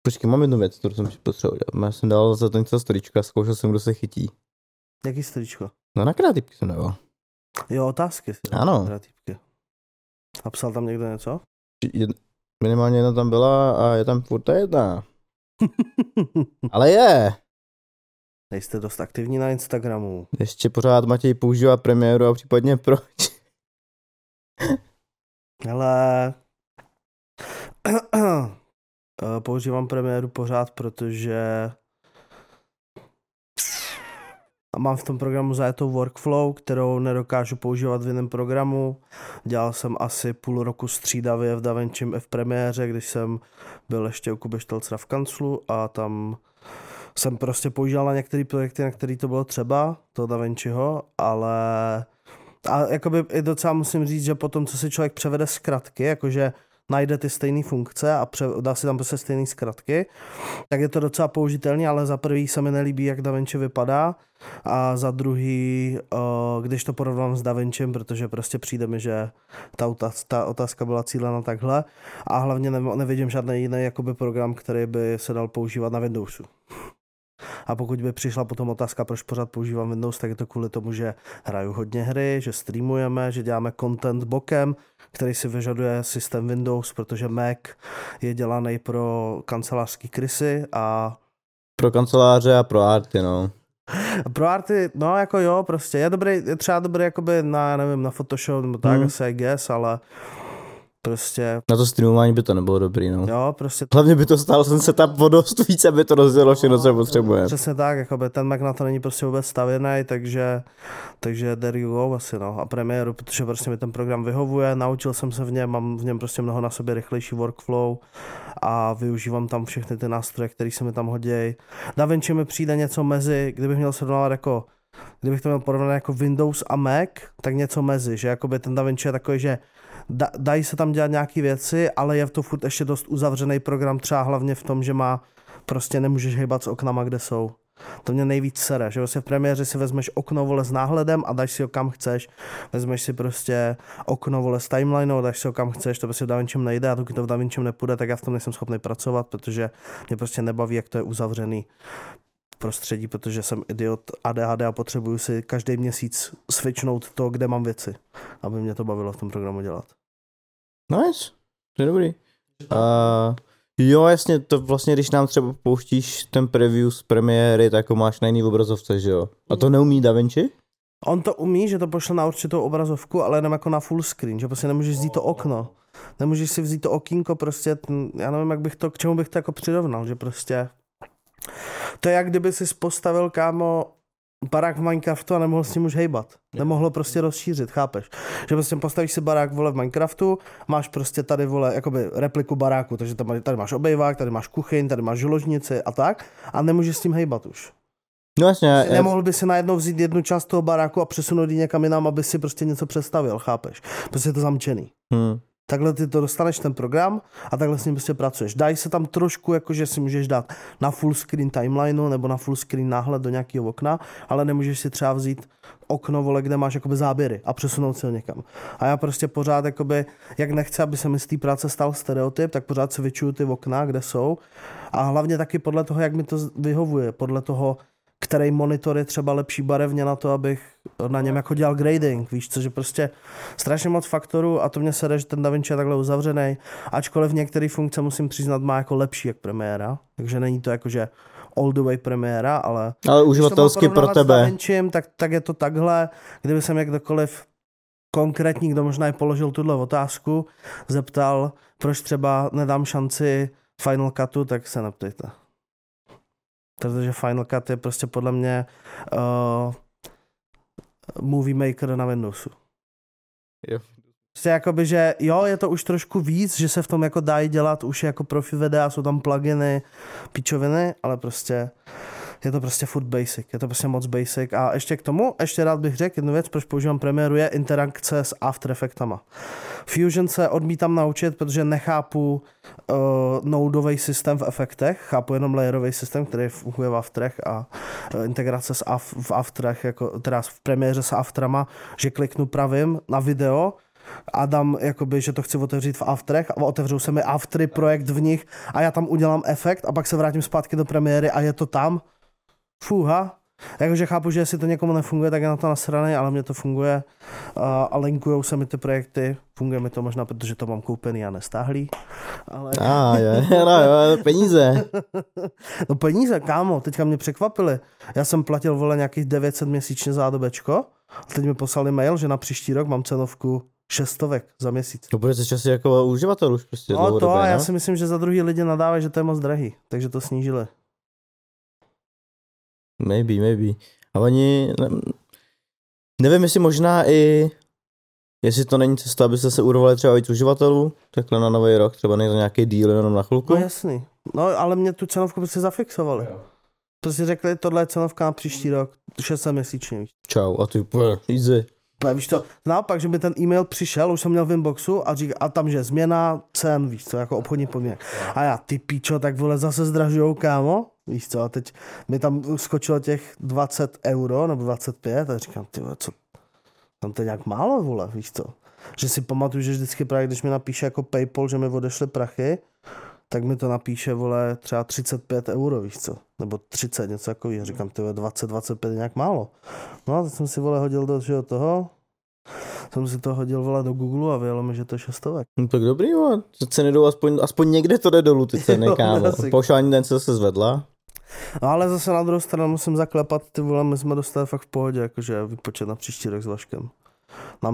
Počkej, mám jednu věc, kterou jsem si potřeboval dělat. Já jsem dal za to něco storíčka a zkoušel jsem, kdo se chytí. Jaký storíčko? No na kreativky jsem dával. Jo, otázky. Ano. Kreativky. A psal tam někdo něco? Minimálně jedna tam byla a je tam furt ta jedna. Ale je. Nejste dost aktivní na Instagramu. Ještě pořád Matěj používá Premiéru a případně proč? Ale používám Premiéru pořád, protože mám v tom programu zajetou workflow, kterou nedokážu používat v jiném programu. Dělal jsem asi půl roku střídavě v DaVincim i v Premiéře, když jsem byl ještě u Kuby Štelcera v kanclu a tam jsem prostě používal na některé projekty, na které to bylo třeba, toho DaVinciho, ale a jakoby i docela musím říct, že potom, co si člověk převede zkratky, jakože najde ty stejné funkce a dá si tam prostě stejné zkratky, tak je to docela použitelný, ale za prvý se mi nelíbí, jak DaVinci vypadá a za druhý, když to porovnám s DaVincim, protože prostě přijde mi, že ta otázka byla cílena takhle a hlavně nevidím žádný jiný jakoby program, který by se dal používat na Windowsu. A pokud by přišla potom otázka, proč pořád používám Windows, tak je to kvůli tomu, že hraju hodně hry, že streamujeme, že děláme content bokem, který si vyžaduje systém Windows, protože Mac je dělaný pro kancelářský krysy a... Pro kanceláře a pro arty, no. Pro arty, no jako jo, prostě je třeba dobrý jakoby na, nevím, na Photoshop nebo tak, asi I guess, ale prostě... Na to streamování by to nebylo dobrý, no. Jo, prostě... Hlavně by to stálo ten setup o dost víc, aby to rozdělo všechno, co potřebuje. Přesně tak, jakoby ten Mac na to není prostě vůbec stavěný, takže there you go asi, no. A Premiéru, protože prostě mi ten program vyhovuje, naučil jsem se v něm, mám v něm prostě mnoho na sobě rychlejší workflow a využívám tam všechny ty nástroje, které se mi tam hodí. DaVinci mi přijde něco mezi, kdybych měl srovnávat jako, kdybych to měl porovnat jako Windows a Mac, tak něco mezi, že jakoby ten DaVinci je takový, že dají se tam dělat nějaké věci, ale je to furt ještě dost uzavřený program, třeba hlavně v tom, že má prostě nemůžeš hejbat s oknama, kde jsou. To mě nejvíc sere, že vlastně v Premiéře si vezmeš okno, vole, s náhledem a dáš si ho kam chceš. Vezmeš si prostě okno, vole, s timelineou a dáš si ho kam chceš, to prostě v DaVincim nejde a pokud to v DaVincim nepůjde, tak já v tom nejsem schopný pracovat, protože mě prostě nebaví, jak to je uzavřený prostředí, protože jsem idiot ADHD a potřebuju si každý měsíc switchnout to, kde mám věci, aby mě to bavilo v tom programu dělat. Nice, to je dobrý. Jo, jasně, to vlastně, když nám třeba pouštíš ten preview z Premiéry, tak ho máš na jiný obrazovce, že jo? A to neumí DaVinci? On to umí, že to pošle na určitou obrazovku, ale jenom jako na full screen, že prostě nemůžeš vzít to okno. Nemůžeš si vzít to okýnko, prostě, já nevím, k čemu bych to jako přirovnal, že prostě... To je jak kdyby si postavil, kámo, barák v Minecraftu a nemohl s ním už hejbat. Nemohlo prostě rozšířit, chápeš? Že prostě postavíš si barák, vole, v Minecraftu, máš prostě tady, vole, jakoby repliku baráku, takže tady máš obejvák, tady máš kuchyň, tady máš železnici a tak a nemůžeš s tím hejbat už. No jasně. Nemohl by si najednou vzít jednu část toho baráku a přesunout ji někam jinam, aby si prostě něco představil, chápeš? Prostě je to zamčený. Takhle ty to dostaneš ten program a takhle s ním prostě pracuješ. Dají se tam trošku, jakože si můžeš dát na full screen timelineu nebo na full screen náhled do nějakého okna, ale nemůžeš si třeba vzít okno, vole, kde máš jakoby záběry a přesunout si ho někam. A já prostě pořád, jakoby, jak nechci, aby se mi z té práce stal stereotyp, tak pořád si vyčuju ty okna, kde jsou. A hlavně taky podle toho, jak mi to vyhovuje, podle toho, který monitor je třeba lepší barevně na to, abych na něm jako dělal grading, víš co, že prostě strašně moc faktorů a to mě sere, že ten DaVinci je takhle uzavřený, ačkoliv některé funkce musím přiznat má jako lepší jak Premiéra, takže není to jako, že all the way Premiéra, ale uživatelsky pro tebe. DaVincim, tak je to takhle, kdyby se mě kdokoliv konkrétní, kdo možná i položil tuhle otázku, zeptal, proč třeba nedám šanci Final Cutu, tak se neptejte. Protože Final Cut je prostě podle mě movie maker na Windowsu. Jo. Prostě jakoby, že jo, je to už trošku víc, že se v tom jako dají dělat už jako profi videa, jsou tam pluginy, pičoviny, ale prostě je to prostě furt basic, je to prostě moc basic a ještě k tomu, ještě rád bych řekl jednu věc, proč používám Premiéru, je interakce s After Effectama. Fusion se odmítám naučit, protože nechápu nodeový systém v efektech, chápu jenom layerový systém, který funguje v Afterech a integrace v Afterech, jako, teda v Premiéře s Afterama, že kliknu pravým na video a dám, jakoby, že to chci otevřít v Afterech a otevřou se mi Aftery projekt v nich a já tam udělám efekt a pak se vrátím zpátky do premiéry a je to tam. Fúha. Jakože chápu, že jestli to někomu nefunguje, tak je na to nasranej, ale mně to funguje a linkujou se mi ty projekty. Funguje mi to možná, protože to mám koupený a nestáhlý. Ale... jo, peníze. No peníze, kámo, teďka mě překvapili. Já jsem platil, vole, nějakých 900 měsíčně za ADBčko a teď mi poslali mail, že na příští rok mám cenovku 600 za měsíc. To bude se časy jako uživatel už prostě no to a já si myslím, že za druhý lidi nadávají, že to je moc drahý, takže to snížili. Maybe. A oni, nevím, jestli možná i, jestli to není cesta, abyste se urvali třeba víc uživatelů, takhle na nový rok, třeba nejde nějaký deal jenom na chvilku. No jasný, no ale mě tu cenovku prostě zafixovali. Prostě řekli, tohle je cenovka na příští rok, 600 měsíčně. Čau, a ty easy. Víš to, naopak, že by ten e-mail přišel, už jsem měl v inboxu a tam, že změna cen, víš co, jako obchodní podmínek. A já, ty píčo, tak vole zase zdražujou, kámo, víš co, a teď mi tam skočilo těch 20 euro, nebo 25, a říkám, ty vole, co, tam to je nějak málo, vole, víš co. Že si pamatuju, že vždycky právě, když mi napíše jako PayPal, že mi odešly prachy, tak mi to napíše, vole, třeba 35 euro, víš co, nebo 30, něco takového. Říkám, ty 20-25 je nějak málo. No a teď jsem si, vole, hodil do toho, jsem si to hodil, vole, do Google a vyjelo mi, že to je 600. No tak dobrý, vole, ceny jdou, aspoň někde to jde dolů, ty ceny, kámo. Paušální den se zase zvedla. No ale zase na druhou stranu musím zaklepat, ty vole, my jsme dostali fakt v pohodě, jakože výpočet na příští rok s Vaškem. Nám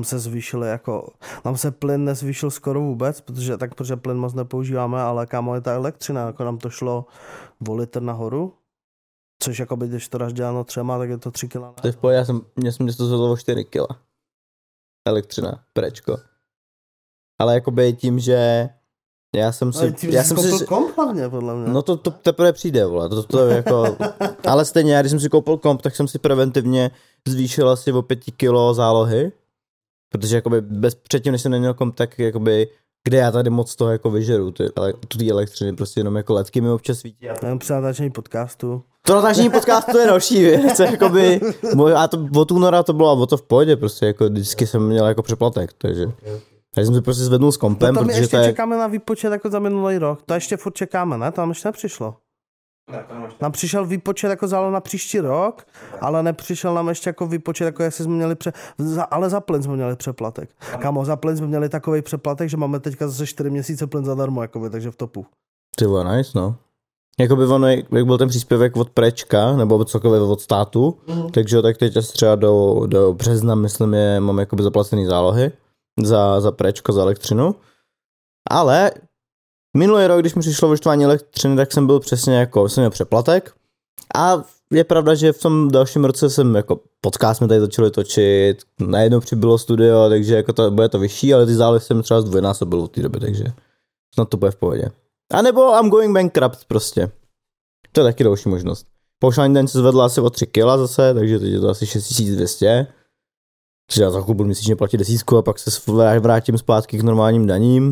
se plyn nezvýšil skoro vůbec, protože plyn moc nepoužíváme, ale kámo je ta elektřina, jako nám to šlo o litr nahoru, což jako by, když to dáš děláno 3, tak je to 3 kg. To je v pohodě, mě to zvedlo o 4 kg. Elektřina, prečko. Ale jakoby tím, že já jsem si komp hlavně, podle mě. No to teprve přijde, vole, to jako, ale stejně, já když jsem si koupil komp, tak jsem si preventivně zvýšil asi o 5 kilo zálohy, protože jakoby předtím, než jsem neměl komp, tak jakoby, kde já tady moc toho jako vyžeru, ty elektřiny, prostě jenom jako ledky mi občas svítí. Jenom při natáčení podcastu. To natáčení podcastu je další věc, jakoby, a to od února to bylo, a to v pohodě, prostě jako vždycky jsem měl jako přeplatek, takže jsem si prostě zvednul s kompem, no, protože ještě čekáme na výpočet jako za minulý rok, to ještě furt čekáme, ne? Tam ještě nepřišlo. Nám přišel výpočet jako zálo na příští rok, ale nepřišel nám ještě jako výpočet, jako jestli jsme měli ale za plyn jsme měli přeplatek. Kámo, za plyn jsme měli takovej přeplatek, že máme teďka zase 4 měsíce plyn zadarmo, jakoby, takže v topu. Ty vole, nice, no. Jakoby ono, jak byl ten příspěvek od Prečka, nebo celkově od státu, takže tak teď asi třeba do března, myslím, mám jakoby zaplacený zálohy za Prečko, za elektřinu. Ale minulý rok, když mi přišlo vyštvání elektřiny, tak jsem byl přesně jako, jsem měl přeplatek. A je pravda, že v tom dalším roce jsem jako podcast jsme tady začali točit, najednou přibylo studio, takže jako bude to vyšší, ale ty zálohy jsem třeba zdvojnásobil v té době, takže snad to bude v pohodě. A nebo I'm going bankrupt prostě. To je taky další možnost. Paušální den se zvedla asi o 3 kg zase, takže teď je to asi 6200. Takže já za chvilku budu měsíčně platit 10 a pak se vrátím zpátky k normálním daním.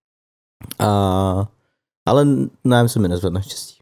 Ale nájem se mi nezvedl naštěstí.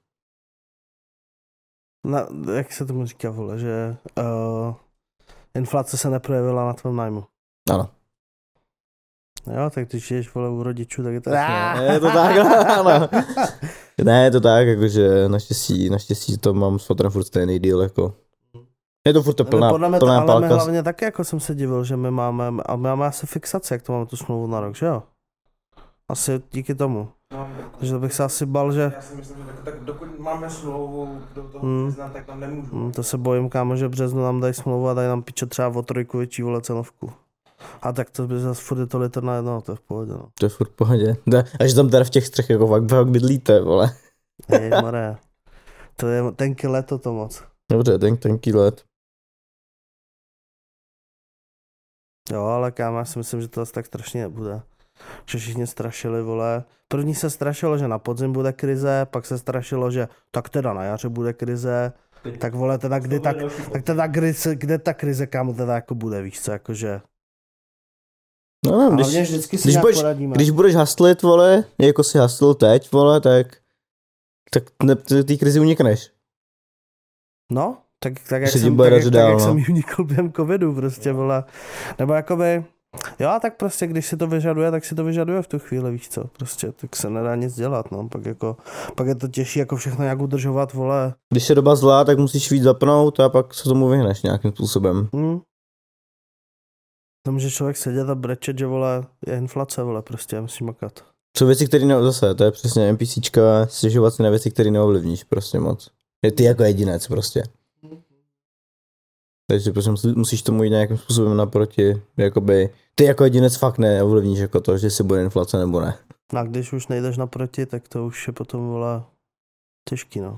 Jak se tomu říká, vole, že inflace se neprojevila na tvém nájmu. Ano. Jo, tak když žiješ, vole, u rodičů, tak je to... Je to tak, ano. Ne, je to tak, jakože naštěstí to mám s fotrem furt stejný díl, jako. Je to furt to plná pálka. Ale my pálka. hlavně taky, jako jsem se divil, že my máme asi fixaci, jak to máme tu smlouvu na rok, že jo? Asi díky tomu. No, takže bych se asi bal, že... Já si myslím, že tak dokud máme smlouvu do toho přiznat, tak tam nemůžu. To se bojím, kámo, že v březnu nám dají smlouvu a dají nám piče třeba o 3 větší, vole, cenovku. A tak to by zase furt je to litr na jedno, to je v pohodě, no. To je furt v pohodě. Až tam teda v těch střech jako fakt bydlíte, vole. Hejmare. To je tenký leto to moc. Dobře, tenký let. Jo, ale kámo, já si myslím, že to asi tak strašně nebude. Že všichni strašili, vole. První se strašilo, že na podzim bude krize, pak se strašilo, že tak teda na jaře bude krize. Tak vole, teda kde ta krize, kámo, teda jako bude, víš co, jakože... No, když budeš hustlit, vole, jako si hustl teď, vole, tak ty krizi unikneš. No, tak jak jsem, jak jsem jí unikl během covidu, prostě, vole. Nebo jakoby, Jo, a tak prostě, když si to vyžaduje, tak si to vyžaduje v tu chvíli, víš co, prostě, tak se nedá nic dělat, no, pak je to těžší jako všechno nějak udržovat, vole. Když je doba zlá, tak musíš víc zapnout a pak se tomu vyhneš nějakým způsobem. Tam může člověk sedět a brečet, že vole, je inflace, vole, prostě musí makat. Jsou věci, které zase, to je přesně NPCčka, stěžovat si na věci, které neovlivníš prostě moc. Je ty jako jedinec prostě. Takže prostě musíš tomu jít nějakým způsobem naproti, jakoby, ty jako jedinec fakt neovlivníš jako to, že si bude inflace nebo ne. A když už nejdeš naproti, tak to už je potom, vole, těžký, no.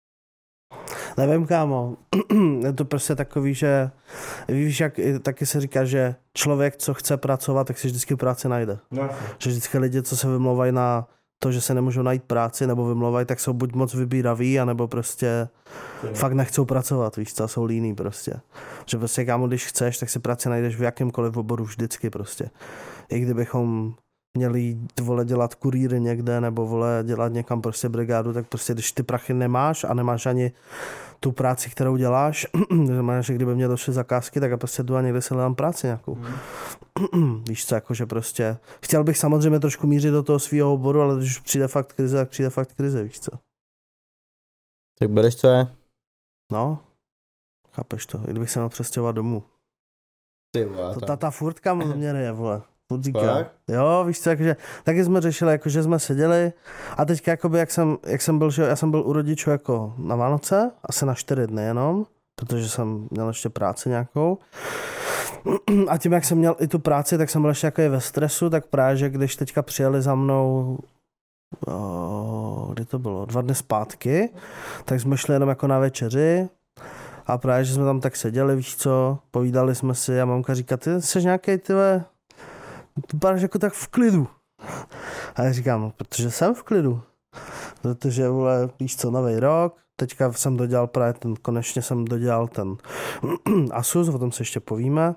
Nevím, kámo, je to prostě takový, že víš, jak taky se říká, že člověk, co chce pracovat, tak si vždycky práci najde. No. Že vždycky lidi, co se vymlouvají na to, že se nemůžou najít práci, nebo vymlouvají, tak jsou buď moc vybíraví, anebo prostě fakt nechcou pracovat, víš co, jsou líní prostě. Že prostě, kámo, když chceš, tak si práci najdeš v jakýmkoliv oboru vždycky prostě. I kdybychom měli jít, vole, dělat kurýry někde, nebo vole, dělat někam prostě brigádu, tak prostě, když ty prachy nemáš a nemáš ani tu práci, kterou děláš, znamená, že kdyby mě došly zakázky, tak já prostě jdu a někde si hledám práci nějakou. Víš co, jakože prostě, chtěl bych samozřejmě trošku mířit do toho svého oboru, ale když přijde fakt krize, tak přijde fakt krize, víš co. Tak bereš co je? No, chápeš to, i kdybych se měl přestěhovat domů. Ty vole, Ta furtka mě je, vole. Říká. Fakt? Jo, víš co, jakože, taky jsme řešili, jakože jsme seděli a teďka jakoby, jak jsem byl, že já jsem byl u rodičů jako na Vánoce, asi na 4 dny jenom, protože jsem měl ještě práci nějakou. A tím, jak jsem měl i tu práci, tak jsem byl ještě jako ve stresu, tak právě, že když teďka přijeli za mnou, kdy to bylo, 2 dny zpátky, tak jsme šli jenom jako na večeři a právě, že jsme tam tak seděli, víš co, povídali jsme si a mamka říká, ty jsi nějakej, tyhle, vypadáš jako tak v klidu. A já říkám, no, protože jsem v klidu. Protože, vole, víš co, nový rok, teďka jsem dodělal právě konečně jsem dodělal ten Asus, o tom se ještě povíme.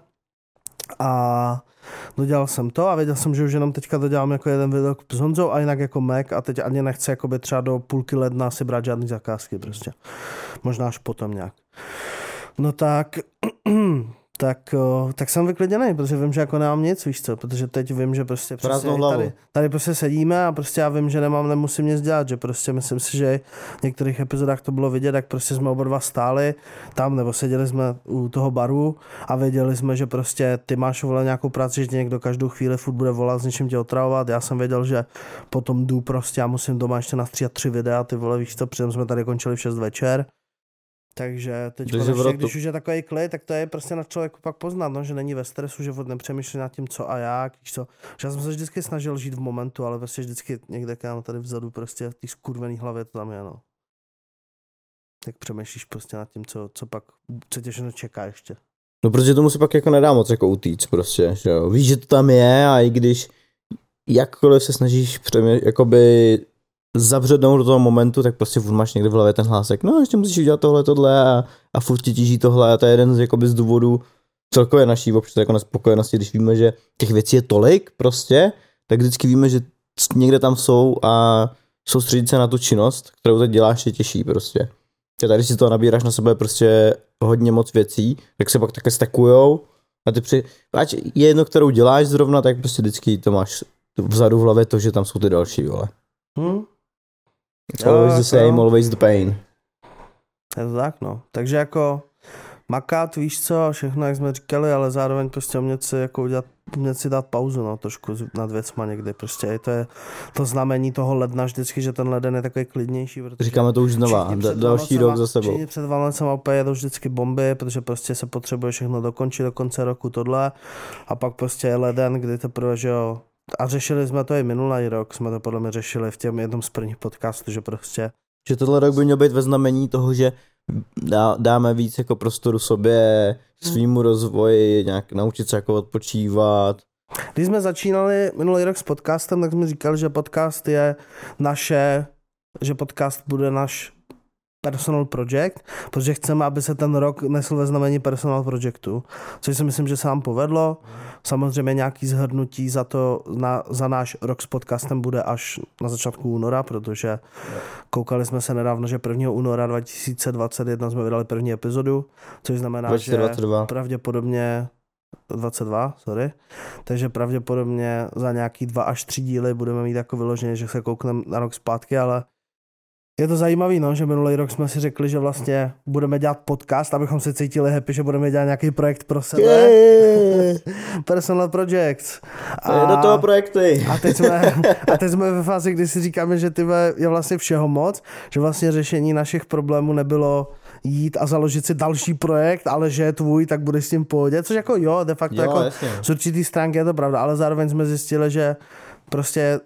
A dodělal jsem to a věděl jsem, že už jenom teďka dodělám jako jeden video s Honzou a jinak jako Mac a teď ani nechci jakoby třeba do půlky ledna si brát žádný zakázky prostě. Možná až potom nějak. No tak jsem vyklidněnej, protože vím, že jako nemám nic, víš co, protože teď vím, že prostě tady prostě sedíme a prostě já vím, že nemusím nic dělat, že prostě myslím si, že v některých epizodách to bylo vidět, jak prostě jsme oba dva stáli tam, nebo seděli jsme u toho baru a věděli jsme, že prostě ty máš vole nějakou práci, že tě někdo každou chvíli furt bude volat, s něčím tě otravovat, já jsem věděl, že potom jdu prostě, já musím doma ještě nastříhat 3 videa, ty vole, víš co, přitom jsme tady končili v 6 večer. Takže teď konečně, když už je takový klid, tak to je prostě na člověku pak poznat, no, že není ve stresu, že nepřemýšlí nad tím, co a jak, co. Že já jsem se vždycky snažil žít v momentu, ale prostě vždycky někde kámo tady vzadu prostě v té skurvený hlavě to tam je, no. Tak přemýšlíš prostě nad tím, co pak, co tě všechno čeká ještě. No protože tomu se pak jako nedá moc jako utíct prostě, že jo. Víš, že to tam je a i když jakkoliv se snažíš jakoby zabřednout do toho momentu, tak prostě furt máš někde v hlavě ten hlásek, no ještě musíš udělat tohle a furt ti tíží tohle a to je jeden z důvodů celkově naší občas jako nespokojenosti, když víme, že těch věcí je tolik prostě, tak vždycky víme, že někde tam jsou a soustředit se na tu činnost, kterou teď děláš, je těžší prostě. A tady si to nabíráš na sebe prostě hodně moc věcí, tak se pak také stakujou a ty ať je jedno, kterou děláš zrovna, tak prostě vždycky to máš vzadu v hlavě to, že tam jsou ty další, vole. It's always the same, always the pain. Je to tak, no. Takže jako makat, víš co, všechno, jak jsme říkali, ale zároveň prostě umět si dát pauzu, no, trošku nad věcma někdy, prostě to je to znamení toho ledna vždycky, že ten leden je takový klidnější. Říkáme to už znova, další rok za sebou. Všichni před Vánocem opět jedou vždycky bomby, protože prostě se potřebuje všechno dokončit do konce roku tohle a pak prostě je leden, kdy teprve, že jo, a řešili jsme to i minulý rok, jsme to podle mě řešili v těm jednom z prvních podcastů, že prostě... Že tohle rok by měl být ve znamení toho, že dáme víc jako prostoru sobě, svýmu rozvoji, nějak naučit se jako odpočívat. Když jsme začínali minulý rok s podcastem, tak jsme říkali, že podcast je že podcast bude náš personal project, protože chceme, aby se ten rok nesl ve znamení personal projectu, což si myslím, že se nám povedlo. Samozřejmě nějaký shrnutí za náš rok s podcastem bude až na začátku února, protože koukali jsme se nedávno, že 1. února 2021 jsme vydali první epizodu, což znamená, 2022. Že pravděpodobně 22, sorry. Takže pravděpodobně za nějaký 2 až 3 díly budeme mít jako vyloženě, že se koukneme na rok zpátky, ale je to zajímavý, no, že minulý rok jsme si řekli, že vlastně budeme dělat podcast, abychom se cítili happy, že budeme dělat nějaký projekt pro sebe. Personal projects. A do toho projekty. A teď jsme ve fázi, kdy si říkáme, že je vlastně všeho moc, že vlastně řešení našich problémů nebylo jít a založit si další projekt, ale že je tvůj, tak budeš s tím pohodě, což jako jo, de facto jako z určitý stránky je to pravda, ale zároveň jsme zjistili, že prostě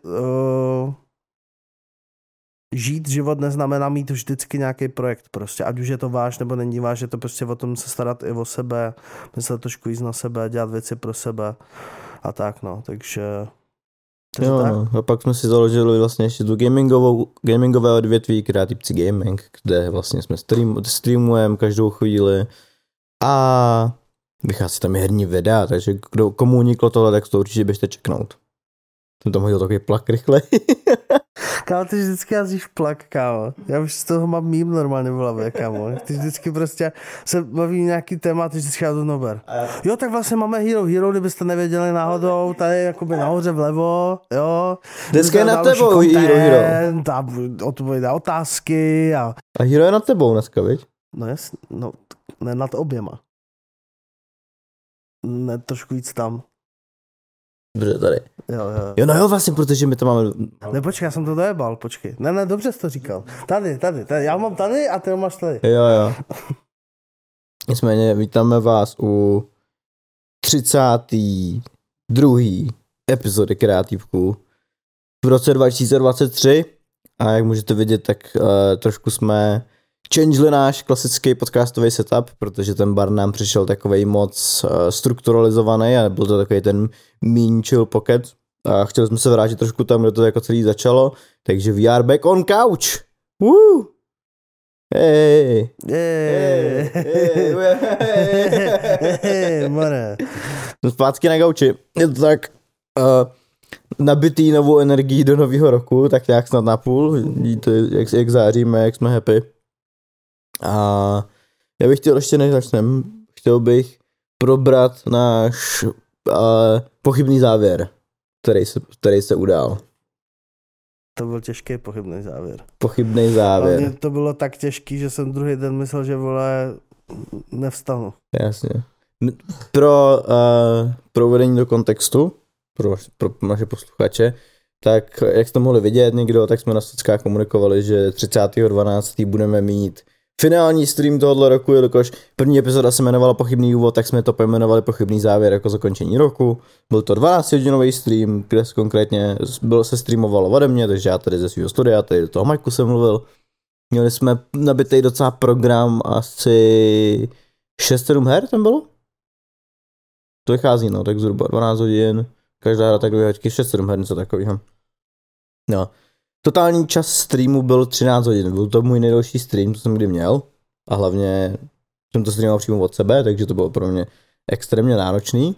žít život neznamená mít vždycky nějaký projekt prostě, ať už je to váš nebo není váš, je to prostě o tom se starat i o sebe, myslet trošku víc na sebe, dělat věci pro sebe a tak no, takže jo, tak. No. A pak jsme si založili vlastně ještě tu gamingové odvětví Kreativci Gaming, kde vlastně jsme streamujeme každou chvíli a vychází tam i herní videa, takže komu uniklo tohle, tak to určitě běžte čeknout. Jsem tam hodil takový plak rychle. Kámo, ty vždycky jazdíš plak, kámo. Já už z toho mám mím normálně v hlavě, kámo. Ty vždycky prostě se baví nějaký téma, ty vždycky já to nober. Jo, tak vlastně máme Hero, kdybyste nevěděli náhodou, tady jakoby nahoře vlevo, jo. Dneska je nad tebou Hero. Tam odpověď na otázky a Hero je nad tebou dneska, viď? No jasně, no, ne nad oběma. Ne, trošku víc tam. Dobře, tady. Jo, no jo, vlastně, protože my to máme... Ne, počkej, já jsem to dojebal, počkej. Ne, dobře jsi to říkal. Tady, já mám tady a ty ho máš tady. Jo. Nicméně vítáme vás u 32. epizody Kreativku v roce 2023 a jak můžete vidět, tak trošku jsme changeli náš klasický podcastový setup, protože ten bar nám přišel takovej moc strukturalizovaný a byl to takový ten mean chill pocket a chtěli jsme se vrátit trošku tam, kde to jako celý začalo, takže we are back on couch. Woo! Hey. More. Zpátky na gauči. Je to tak nabitý novou energií do nového roku, tak nějak snad na půl. Vidíte, jak záříme, jak jsme happy. A já bych chtěl ještě než začnem, chtěl bych probrat náš pochybný závěr, který se udál. To byl těžký pochybný závěr. Pochybný závěr. Ale to bylo tak těžký, že jsem druhý den myslel, že vole nevstanu. Jasně. Pro uvedení do kontextu, pro naše posluchače, tak jak jste mohli vidět někdo, tak jsme na sockách komunikovali, že 30.12. budeme mít finální stream tohoto roku, jelikož první epizoda se jmenovala Pochybný úvod, tak jsme to pojmenovali Pochybný závěr jako zakončení roku. Byl to 12hodinový stream, kde konkrétně se streamovalo ode mě, takže já tady ze svého studia, tady do toho Majku jsem mluvil. Měli jsme nabitej docela program, asi 6-7 her tam bylo? To vychází, no, tak zhruba 12 hodin, každá hra tak 6-7 her, něco takového. No. Totální čas streamu byl 13 hodin, byl to můj nejdelší stream, co jsem kdy měl a hlavně jsem to streamoval přímo od sebe, takže to bylo pro mě extrémně náročný.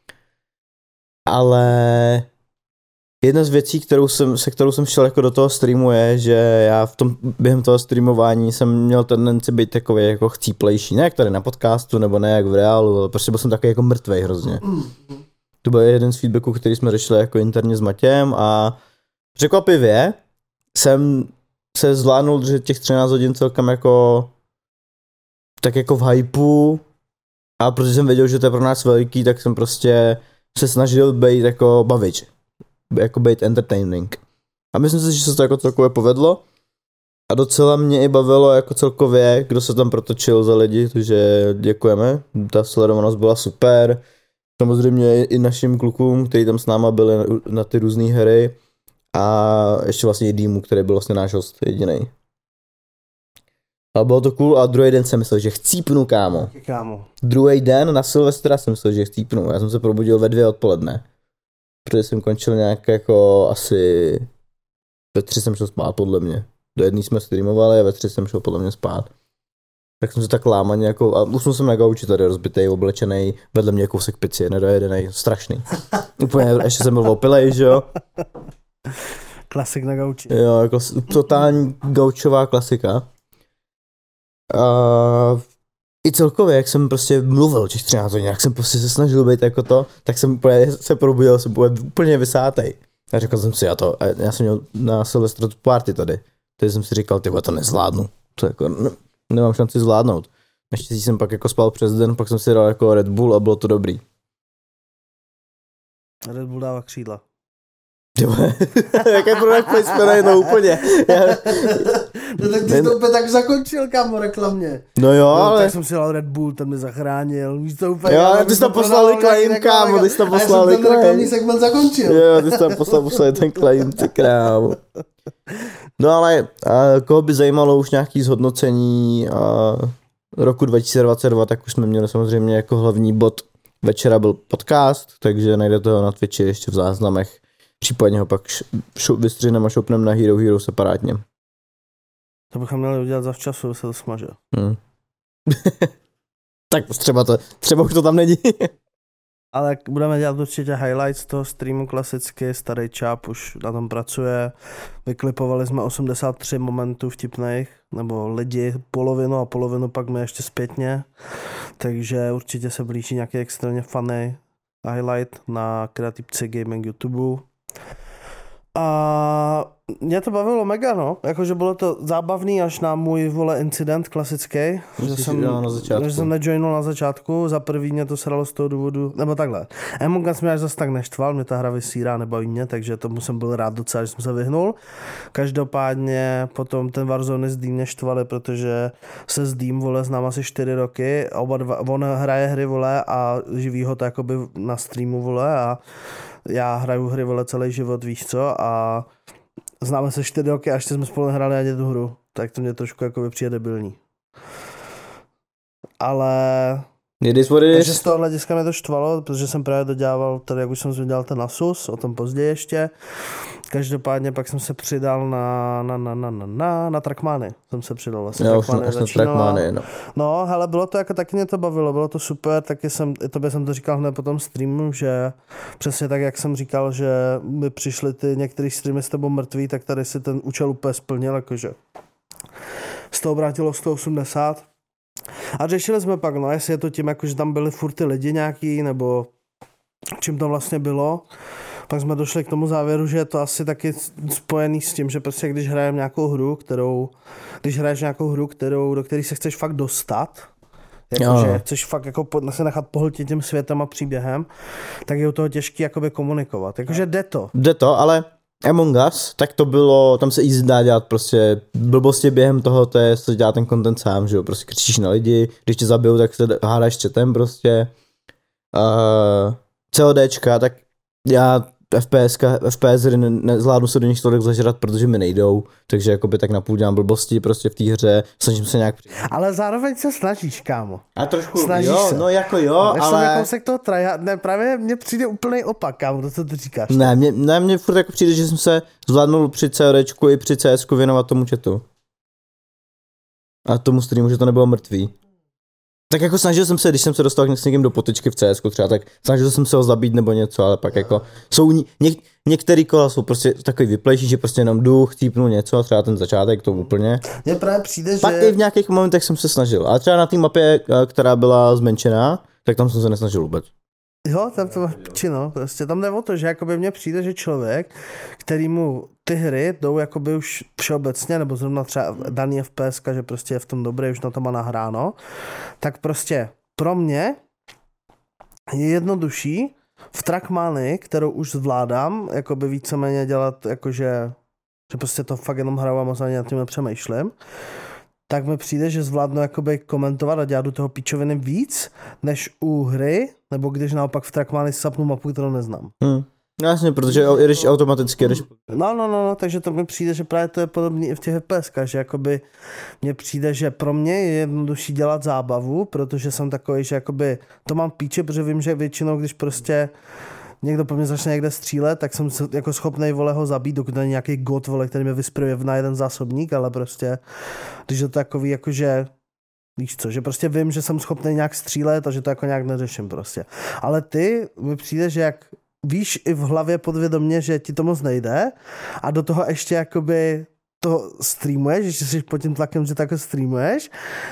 Ale jedna z věcí, se kterou jsem šel jako do toho streamu je, že já během toho streamování jsem měl tendenci být takový jako chcíplejší, ne jak tady na podcastu nebo ne jak v reálu, ale prostě byl jsem takový jako mrtvej hrozně. To byl jeden z feedbacků, který jsme řešili jako interně s Matějem a překvapivě jsem se zvládnul držet těch 13 hodin celkem jako tak jako v hypeu a protože jsem věděl, že to je pro nás veliký, tak jsem prostě se snažil být jako bavič, jako být entertaining. A myslím si, že se to jako celkově povedlo a docela mě i bavilo jako celkově, kdo se tam protočil za lidi, takže děkujeme, ta sledovanost byla super. Samozřejmě i našim klukům, kteří tam s náma byli na ty různé hry a ještě vlastně i Dýmu, který byl vlastně náš host jedinej. Ale bylo to cool a druhý den jsem myslel, že chcípnu, kámo. Druhý den na Silvestra jsem myslel, že chcípnu. Já jsem se probudil ve 2 odpoledne. Protože jsem končil nějak jako asi ve 3 jsem šel spát podle mě. Do 1 jsme streamovali a ve 3 jsem šel podle mě spát. Tak jsem se tak lámaně jako, a usnul jsem na gauči tady rozbitej, oblečenej, vedle mě kousek pici, nedojedenej, strašný. Úplně, ještě jsem byl opilej, že jo. Klasik na gauči. Jo, jako totální gaučová klasika. i celkově, jak jsem prostě mluvil těch 13 hodin, jak jsem prostě se snažil být jako to, tak jsem úplně se probudil, jsem úplně vysátej. A řekl jsem si, já jsem měl na Silvestra tu party tady. Teď jsem si říkal, tyhle, to nezvládnu. To jako, nemám šanci zvládnout. Naštěstí jsem pak jako spal přes den, pak jsem si dal jako Red Bull a bylo to dobrý. Red Bull dává křídla. Jaké product placement, no úplně. No tak ty jsi to úplně tak zakončil, kámo, reklamně. No jo, no, ale... Tak jsem si dal Red Bull, ten mě zachránil. Víš to úplně... Jo, ty jsi tam poslal claim, kámo, ty jsi tam poslal claim. A já jsem ten reklamní segment zakončil. Jo, ty jsi tam poslal ten claim, ty krávo. No ale koho by zajímalo už nějaký zhodnocení roku 2022, tak už jsme měli samozřejmě jako hlavní bod večera byl podcast, takže najdete ho na Twitchi ještě v záznamech. Případně ho pak vystřihneme a šoupneme na Hero Hero separátně. To bychom měli udělat zavčasu, aby se to smaže. Tak třeba už to tam není. Ale budeme dělat určitě highlights toho streamu klasicky, starý čáp už na tom pracuje. Vyklipovali jsme 83 momentů vtipných, nebo lidi, polovinu pak my ještě zpětně. Takže určitě se blíží nějaký extrémně funny highlight na Kreativci Gaming YouTube. A mě to bavilo mega, no. Jakože bylo to zábavný až na můj incident klasický. Že jsem nejoinul na začátku. Za první mě to sralo z toho důvodu, nebo takhle. Among Us mě až zase tak neštval, mě ta hra vysírá, nebaví mě, takže tomu jsem byl rád docela, že jsem se vyhnul. Každopádně potom ten Warzone s Dým mě štvali, protože se s Dým, znám asi 4 roky. On hraje hry, a živí ho to jakoby na streamu, a já hraju hry, celý život, víš co, a známe se 4 roky a ještě jsme spolu nehráli ani tu hru, tak to mě trošku jako přijde debilní. Ale... Takže z toho hlediska mě to štvalo, protože jsem právě dodělával, tady jak už jsem dělal ten Asus, o tom později ještě. Každopádně pak jsem se přidal na Trackmany. Jsem se přidal vlastně. Já už na Trackmany, no. No, hele, bylo to jako, taky mě to bavilo, bylo to super, taky tobě jsem to říkal hned po tom streamu, že přesně tak, jak jsem říkal, že mi přišly ty některý streamy s tebou mrtví, tak tady si ten účel úplně splnil, jakože z toho vrátilo 180. A řešili jsme pak, no, jestli je to tím, jako, že tam byli furt ty lidi nějaký, nebo čím to vlastně bylo. Pak jsme došli k tomu závěru, že je to asi taky spojený s tím, že prostě když hraješ nějakou hru, do které se chceš fakt dostat, jakože chceš fakt jako se nechat pohltit tím světem a příběhem, tak je u toho těžký jakoby komunikovat. Jakože jde to, ale Among Us, tak to bylo, tam se easy dá dělat prostě blbosti během toho, to je, co dělá ten content sám, že jo, prostě křičíš na lidi, když tě zabijou, tak se hádáš s chatem prostě. CODčka, tak já FPS hry nezvládnu se do nich tolik zažrat, protože mi nejdou, takže jakoby tak napůl dělám blbosti prostě v té hře, snažím se nějak... Ale zároveň se snažíš, kámo. A trošku, snažíš se. No jako jo, ale... Jsem kousek toho ne, právě mně přijde úplný opak, kámo, to co ty říkáš. Ne, mně furt jako přijde, že jsem se zvládnul při CODčku i při CSku věnovat tomu chatu. A tomu streamu, že to nebylo mrtvý. Tak jako snažil jsem se, když jsem se dostal s někým do potyčky v CSku třeba, tak snažil jsem se ho zabít nebo něco, ale pak jako jsou některý kola jsou prostě takový vyplejší, že prostě jenom jdu, chcípnu něco, třeba ten začátek to úplně. Mně právě přijde, pak že... Pak i v nějakých momentech jsem se snažil, ale třeba na té mapě, která byla zmenšená, tak tam jsem se nesnažil vůbec. Jo, tam to máš pičino, prostě tam jde o to, že jakoby mně přijde, že člověk, kterýmu ty hry jdou jakoby už všeobecně, nebo zrovna třeba daný FPS, že prostě je v tom dobrý, už na to má nahráno, tak prostě pro mě je jednodušší v Trackmany, kterou už zvládám, jakoby víceméně dělat, jakože že prostě to fakt jenom hraju a moc ani nad tím nepřemýšlím, tak mi přijde, že zvládnu jakoby komentovat a dělat do toho píčoviny víc, než u hry, nebo když naopak v Trackmany sapnu mapu, kterou neznám. Jasně, protože jdeš automaticky, jdeš... No, takže to mi přijde, že právě to je podobný i v těch FPSkách, že jakoby mně přijde, že pro mě je jednodušší dělat zábavu, protože jsem takový, že jakoby to mám píče, protože vím, že většinou, když prostě někdo po mě začne někde střílet, tak jsem jako schopnej ho zabít, dokud není nějaký god, který mě vyspruje na jeden zásobník, ale prostě, když je to takový, jakože víš co, že prostě vím, že jsem schopný nějak střílet a že to jako nějak neřeším prostě. Ale ty mi přijde, že jak víš i v hlavě podvědomě, že ti to moc nejde a do toho ještě jakoby to streamuješ, že jsi pod tím tlakem, že tak streamuješ,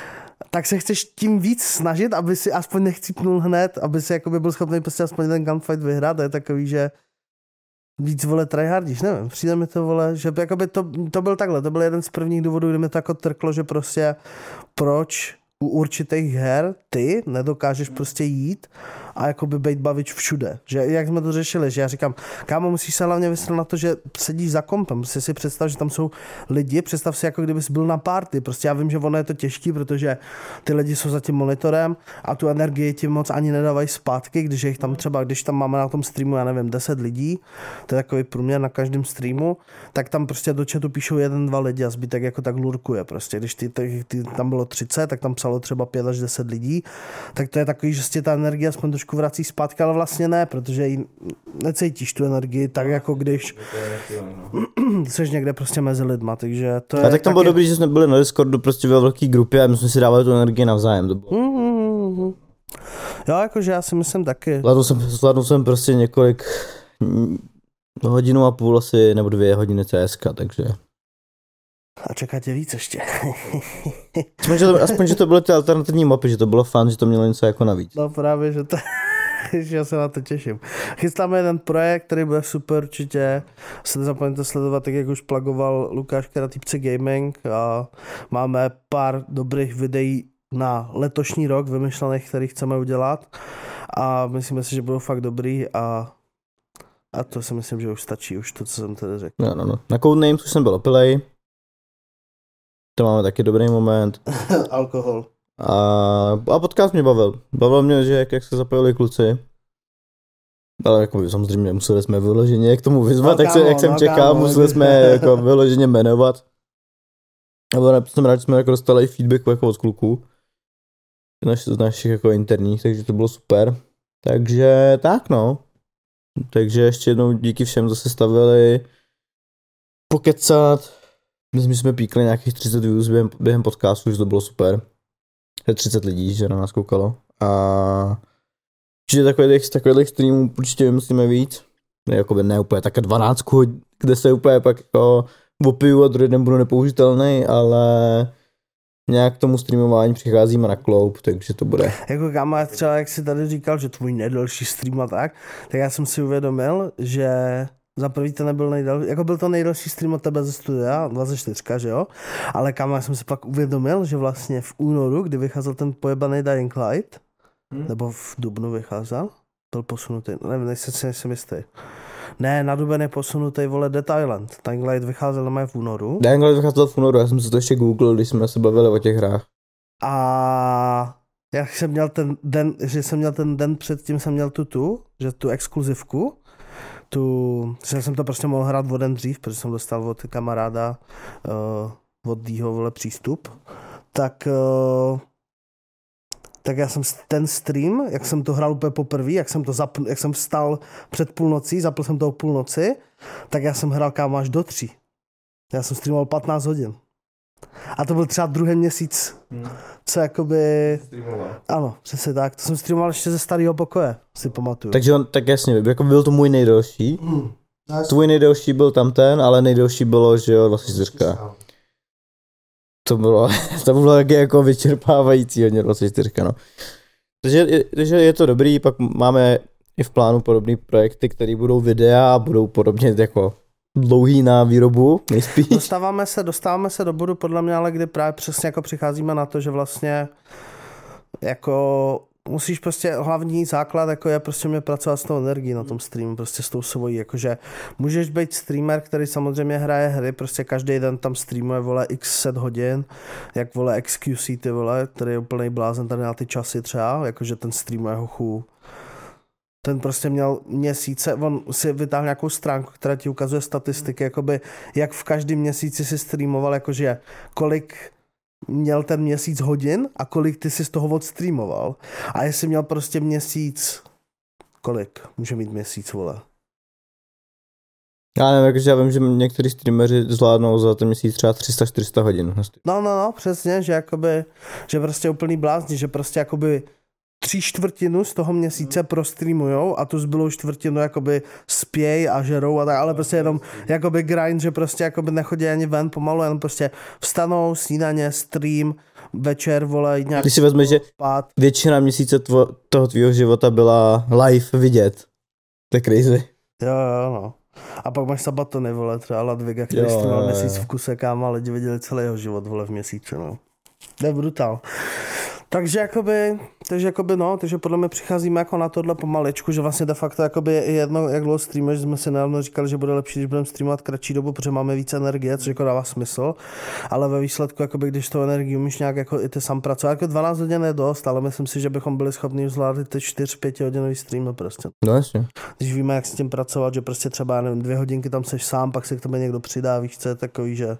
tak se chceš tím víc snažit, aby si aspoň nechcípnul hned, aby si jakoby byl schopný prostě aspoň ten gunfight vyhrát. A je takový, že víc, vole, tryhardíš, nevím, přijde mi to, vole, že jakoby to byl takhle, to byl jeden z prvních důvodů, kdy mi to jako trklo, že prostě proč u určitých her ty nedokážeš prostě jít a jakoby bejt bavič všude. Že jak jsme to řešili, že já říkám, kámo, musíš se hlavně vysvětlit na to, že sedíš za kompem, prostě si představ, že tam jsou lidi, představ si, jako kdybys byl na party, prostě já vím, že ono je to těžký, protože ty lidi jsou za tím monitorem a tu energii ti moc ani nedávají zpátky, když je jich tam třeba, když tam máme na tom streamu, já nevím, 10 lidí, to je takový průměr na každém streamu, tak tam prostě do chatu píšou 1-2 lidi a zbytek jako tak lurkuje prostě, když ty tam bylo 30, tak tam psalo třeba 5 až 10 lidí, tak to je takový, že si ta energie aspoň trošku vrací zpátky, ale vlastně ne, protože ji necítíš tu energii tak jako když jsi někde prostě mezi lidma, takže to je. A tak tam bylo dobrý, že jsme byli na Discordu prostě ve velké grupě a my jsme si dávali tu energii navzájem. Jo, jakože já si myslím taky. Zvládnul jsem prostě několik hodinu a půl asi, nebo 2 hodiny CSK, takže. A čeká tě víc ještě. Aspoň, že to byly ty alternativní mapy, že to bylo fun, že to mělo něco jako navíc. No právě, že to... že já se na to těším. Chystáme jeden projekt, který bude super určitě. Se nezapomeňte sledovat, tak jak už plagoval Lukáš na Týpce Gaming. A máme pár dobrých videí na letošní rok vymyšlených, který chceme udělat. A myslíme si, že budou fakt dobrý a to si myslím, že už stačí, už to, co jsem tady řekl. No. Na Codenames už jsem byl opilej. To máme taky dobrý moment. Alkohol. A podcast mě bavil. Bavil mě, že jak se zapojili kluci. Ale jako samozřejmě museli jsme vyloženě k tomu vyzvat, jak jsem čekal, museli jsme jako vyloženě jmenovat. Ale jsem rád, že jsme jako dostali feedback jako od kluků. Z našich jako interních, takže to bylo super. Takže tak no. Takže ještě jednou díky všem, co se stavili pokecat. Myslím, že jsme píkli nějakých 30 views během podcastu, že to bylo super. 30 lidí, že na nás koukalo. A určitě takových streamů určitě vymyslíme víc. Jakoby ne úplně také 12, kde se úplně pak jako opiju a druhý den budu nepoužitelný, ale nějak k tomu streamování přicházíme na kloub, takže to bude. Jako kámo, třeba jak jsi tady říkal, že tvůj nejdelší stream a tak já jsem si uvědomil, že za prvý to nebyl nejdelší, jako byl to nejdelší stream od tebe ze studia, 24, že jo? Ale kámo, já jsem si pak uvědomil, že vlastně v únoru, kdy vycházel ten pojebaný Dying Light, nebo v dubnu vycházel, byl posunutý, nevím, nejsem jistý. Ne, na duben je posunutý, vole, Dead Island. Dying Light vycházel na v únoru. Dying Light vycházel v únoru, já jsem si to ještě googlil, když jsme se bavili o těch hrách. A já jsem měl ten den předtím jsem měl tu exkluzivku, že jsem to prostě mohl hrát o den dřív, protože jsem dostal od kamaráda od Dýho, vole, přístup. Tak já jsem ten stream, jak jsem to hrál úplně poprvé, jak jsem vstal před půlnocí, zapl jsem to o půlnoci, tak já jsem hrál kámo až do 3. Já jsem streamoval 15 hodin. A to byl třeba druhý měsíc, co jakoby... Streamoval. Ano, přesně tak. To jsem streamoval ještě ze starého pokoje, si pamatuju. Takže tak jasně, jako byl to můj nejdelší. Tvůj nejdelší byl tam ten, ale nejdelší bylo, že jo, 24. To bylo taky jako vyčerpávající hodně 24, no. Takže je to dobrý, pak máme i v plánu podobné projekty, které budou videa a budou podobně jako dlouhý na výrobu, nejspíš. Dostáváme se do bodu podle mě, ale kdy právě přesně jako přicházíme na to, že vlastně jako musíš prostě, hlavní základ jako je prostě mě pracovat s tou energií na tom streamu, prostě s tou svojí, jakože můžeš být streamer, který samozřejmě hraje hry, prostě každý den tam streamuje, vole, x set hodin, jak vole XQC, ty vole, který je úplnej blázen tady na ty časy třeba, jakože ten streamuje hochu. Ten prostě měl měsíce, on si vytáhl nějakou stránku, která ti ukazuje statistiky, jakoby jak v každém měsíci si streamoval, jakože kolik měl ten měsíc hodin a kolik ty si z toho odstreamoval. A jestli měl prostě měsíc, kolik může mít měsíc, vole? Já nevím, jakože já vím, že některý streameři zvládnou za ten měsíc třeba 300-400 hodin. No, přesně, že jakoby, že prostě úplný blázni, že prostě jakoby 3/4 z toho měsíce prostreamujou a tu zbylou čtvrtinu jakoby spěj a žerou a tak, ale prostě jenom jakoby grind, že prostě jakoby nechodí ani ven pomalu, jenom prostě vstanou, snídaně, stream, večer, vole, nějak... Když si vezmeš, že většina měsíce toho tvýho života byla live vidět. To je crazy. Jo, no. A pak máš sabatony, vole, třeba Ladviga, který streamoval měsíc v kuse, kámo, a lidi viděli celý jeho život, vole, v měsíci, no. To je brutál. Takže podle mě přicházíme jako na tohle pomalečku, že vlastně de facto jakoby je jedno, jak dlouho streamuješ, jsme si nedávno říkali, že bude lepší, když budeme streamovat kratší dobu, protože máme víc energie, což jako dává smysl, ale ve výsledku, jakoby, když tu energii umíš nějak jako i ty sám pracovat, jako 12 hodin je dost, ale myslím si, že bychom byli schopni zvládnout ty 4-5 hodinový stream, no prostě. No jasně. Když víme, jak s tím pracovat, že prostě třeba, nevím, 2 hodinky tam seš sám, pak se k tobě někdo přidá, víš, co je takový, že...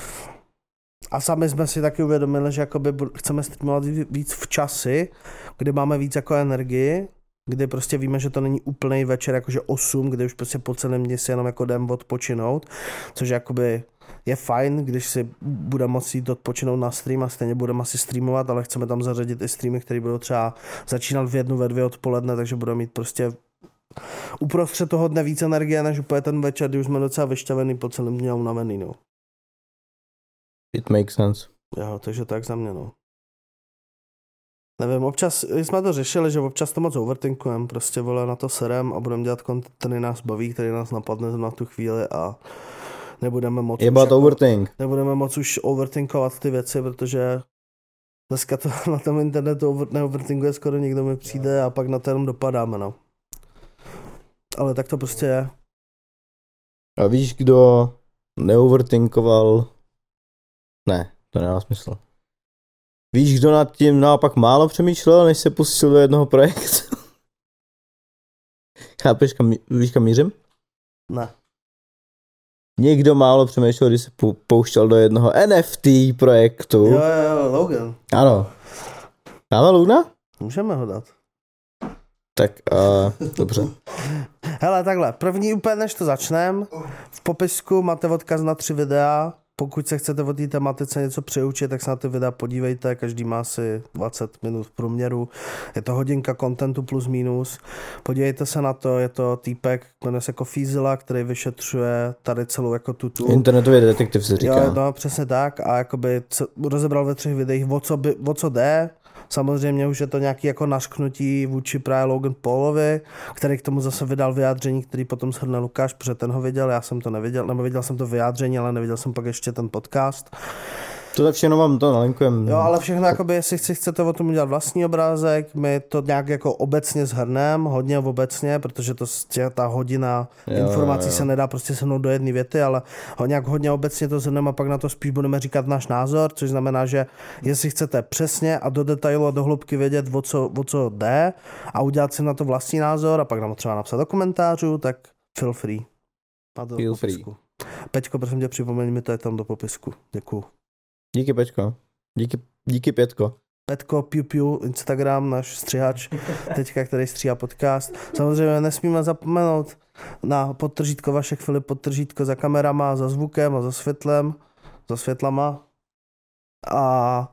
A sami jsme si taky uvědomili, že jakoby chceme streamovat víc v časy, kdy máme víc jako energii, kdy prostě víme, že to není úplný večer, jakože 8, kdy už prostě po celém dni si jenom jako jdem odpočinout, což jakoby je fajn, když si bude moct jít odpočinout na stream a stejně budeme asi streamovat, ale chceme tam zařadit i streamy, které budou třeba začínat v 1, ve 2 odpoledne, takže budeme mít prostě uprostřed toho dne víc energie, než úplně ten večer, kdy už jsme docela vyšťavený po celém dní a unavený, no. It makes sense. Jo, takže tak za mě, no. Nevím, občas jsme to řešili, že občas to moc overthinkujeme, prostě vole na to serem a budeme dělat content, který nás baví, který nás napadne na tu chvíli a nebudeme moc nebudeme moc už overthinkovat ty věci, protože dneska to na tom internetu neoverthinkuje skoro nikdo mi přijde a pak na to jenom dopadáme, no. Ale tak to prostě je. A víš, kdo neoverthinkoval? Ne, to nemá smysl. Víš, kdo nad tím naopak málo přemýšlel, než se pustil do jednoho projektu? Chápeš, víš, kam mířím? Ne. Někdo málo přemýšlel, když se pouštěl do jednoho NFT projektu. Jo, Logan. Ano. Dáme Lugna? Můžeme ho dát. Tak, dobře. Hele, takhle, první úplně než to začneme, v popisku máte odkaz na 3 videa. Pokud se chcete o té tematice něco přiučit, tak se na ty videa podívejte, každý má asi 20 minut v průměru. Je to hodinka kontentu plus minus. Podívejte se na to, je to týpek, jmenuje se Kofízila, který vyšetřuje tady celou jako tutu. Internetový detektiv se říká. Jo, no, přesně tak a jakoby rozebral ve 3 videích, o co jde. Samozřejmě už je to nějaký jako nařknutí vůči právě Logan Paulovi, který k tomu zase vydal vyjádření, který potom shrne Lukáš, protože ten ho viděl, já jsem to neviděl, nebo viděl jsem to vyjádření, ale neviděl jsem pak ještě ten podcast. To tak všechno vám to nalinkujeme. Jo, ale všechno, jakoby, jestli chcete o tom udělat vlastní obrázek, my to nějak jako obecně shrneme, hodně obecně, protože to ta hodina informací se nedá prostě shrnout do jedné věty, ale nějak hodně obecně to shrneme a pak na to spíš budeme říkat náš názor, což znamená, že jestli chcete přesně a do detailu a do hloubky vědět, o co jde a udělat si na to vlastní názor a pak nám třeba napsat do komentářů, tak feel free. Feel free. Peťko, prosím tě, připomeň mi, to je tam do popisku. Děkuju. Díky, Pečko. Díky, Pětko. Petko, Piu, Instagram, náš střihač, teďka, který stříhá podcast. Samozřejmě nesmíme zapomenout na podtržítko Vašek Filip, podtržítko za kamerama, za zvukem a za světlem, za světlama. A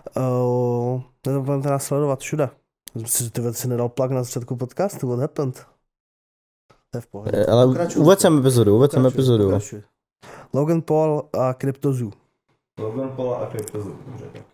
nezapomeňte nás sledovat všude. Ty si nedal plug na začátku podcastu, what happened? To je v pohodě. Ale uveď sem epizodu. Logan Paul a CryptoZoo. Logan Paul a CryptoZoo, dobře tak.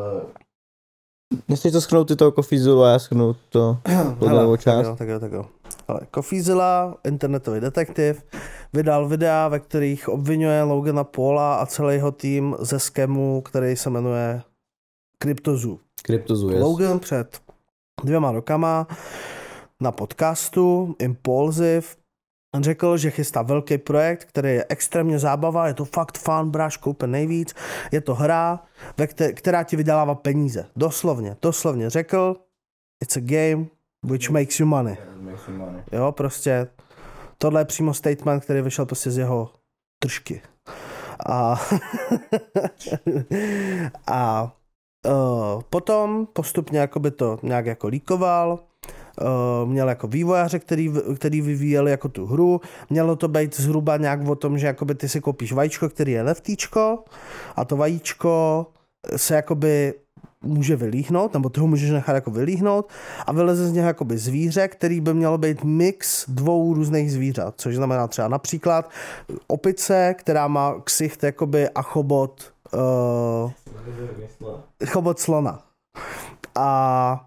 Nechceš to schnout ty toho Kofízulu a já schnout to novou část? Tak jo. Ale Kofízila, internetový detektiv, vydal videa, ve kterých obvinuje Logana Paula a celý jeho tým ze skému, který se jmenuje CryptoZoo. Yes. Logan před 2 rokama na podcastu Impulsive řekl, že chystá velký projekt, který je extrémně zábava, je to fakt fun, bráš, koupe nejvíc, je to hra, která ti vydělává peníze. Doslovně řekl, it's a game which makes you money. Jo, prostě tohle je přímo statement, který vyšel prostě z jeho tržky. A potom postupně jakoby to nějak jako líkoval, měl jako vývojáře, který vyvíjeli jako tu hru. Mělo to být zhruba nějak o tom, že jakoby ty si koupíš vajíčko, který je NFTčko a to vajíčko se jakoby může vylíhnout, nebo ty ho můžeš nechat jako vylíhnout a vyleze z něho jakoby zvíře, který by mělo být mix dvou různých zvířat, což znamená třeba například opice, která má ksicht jakoby a chobot slona. A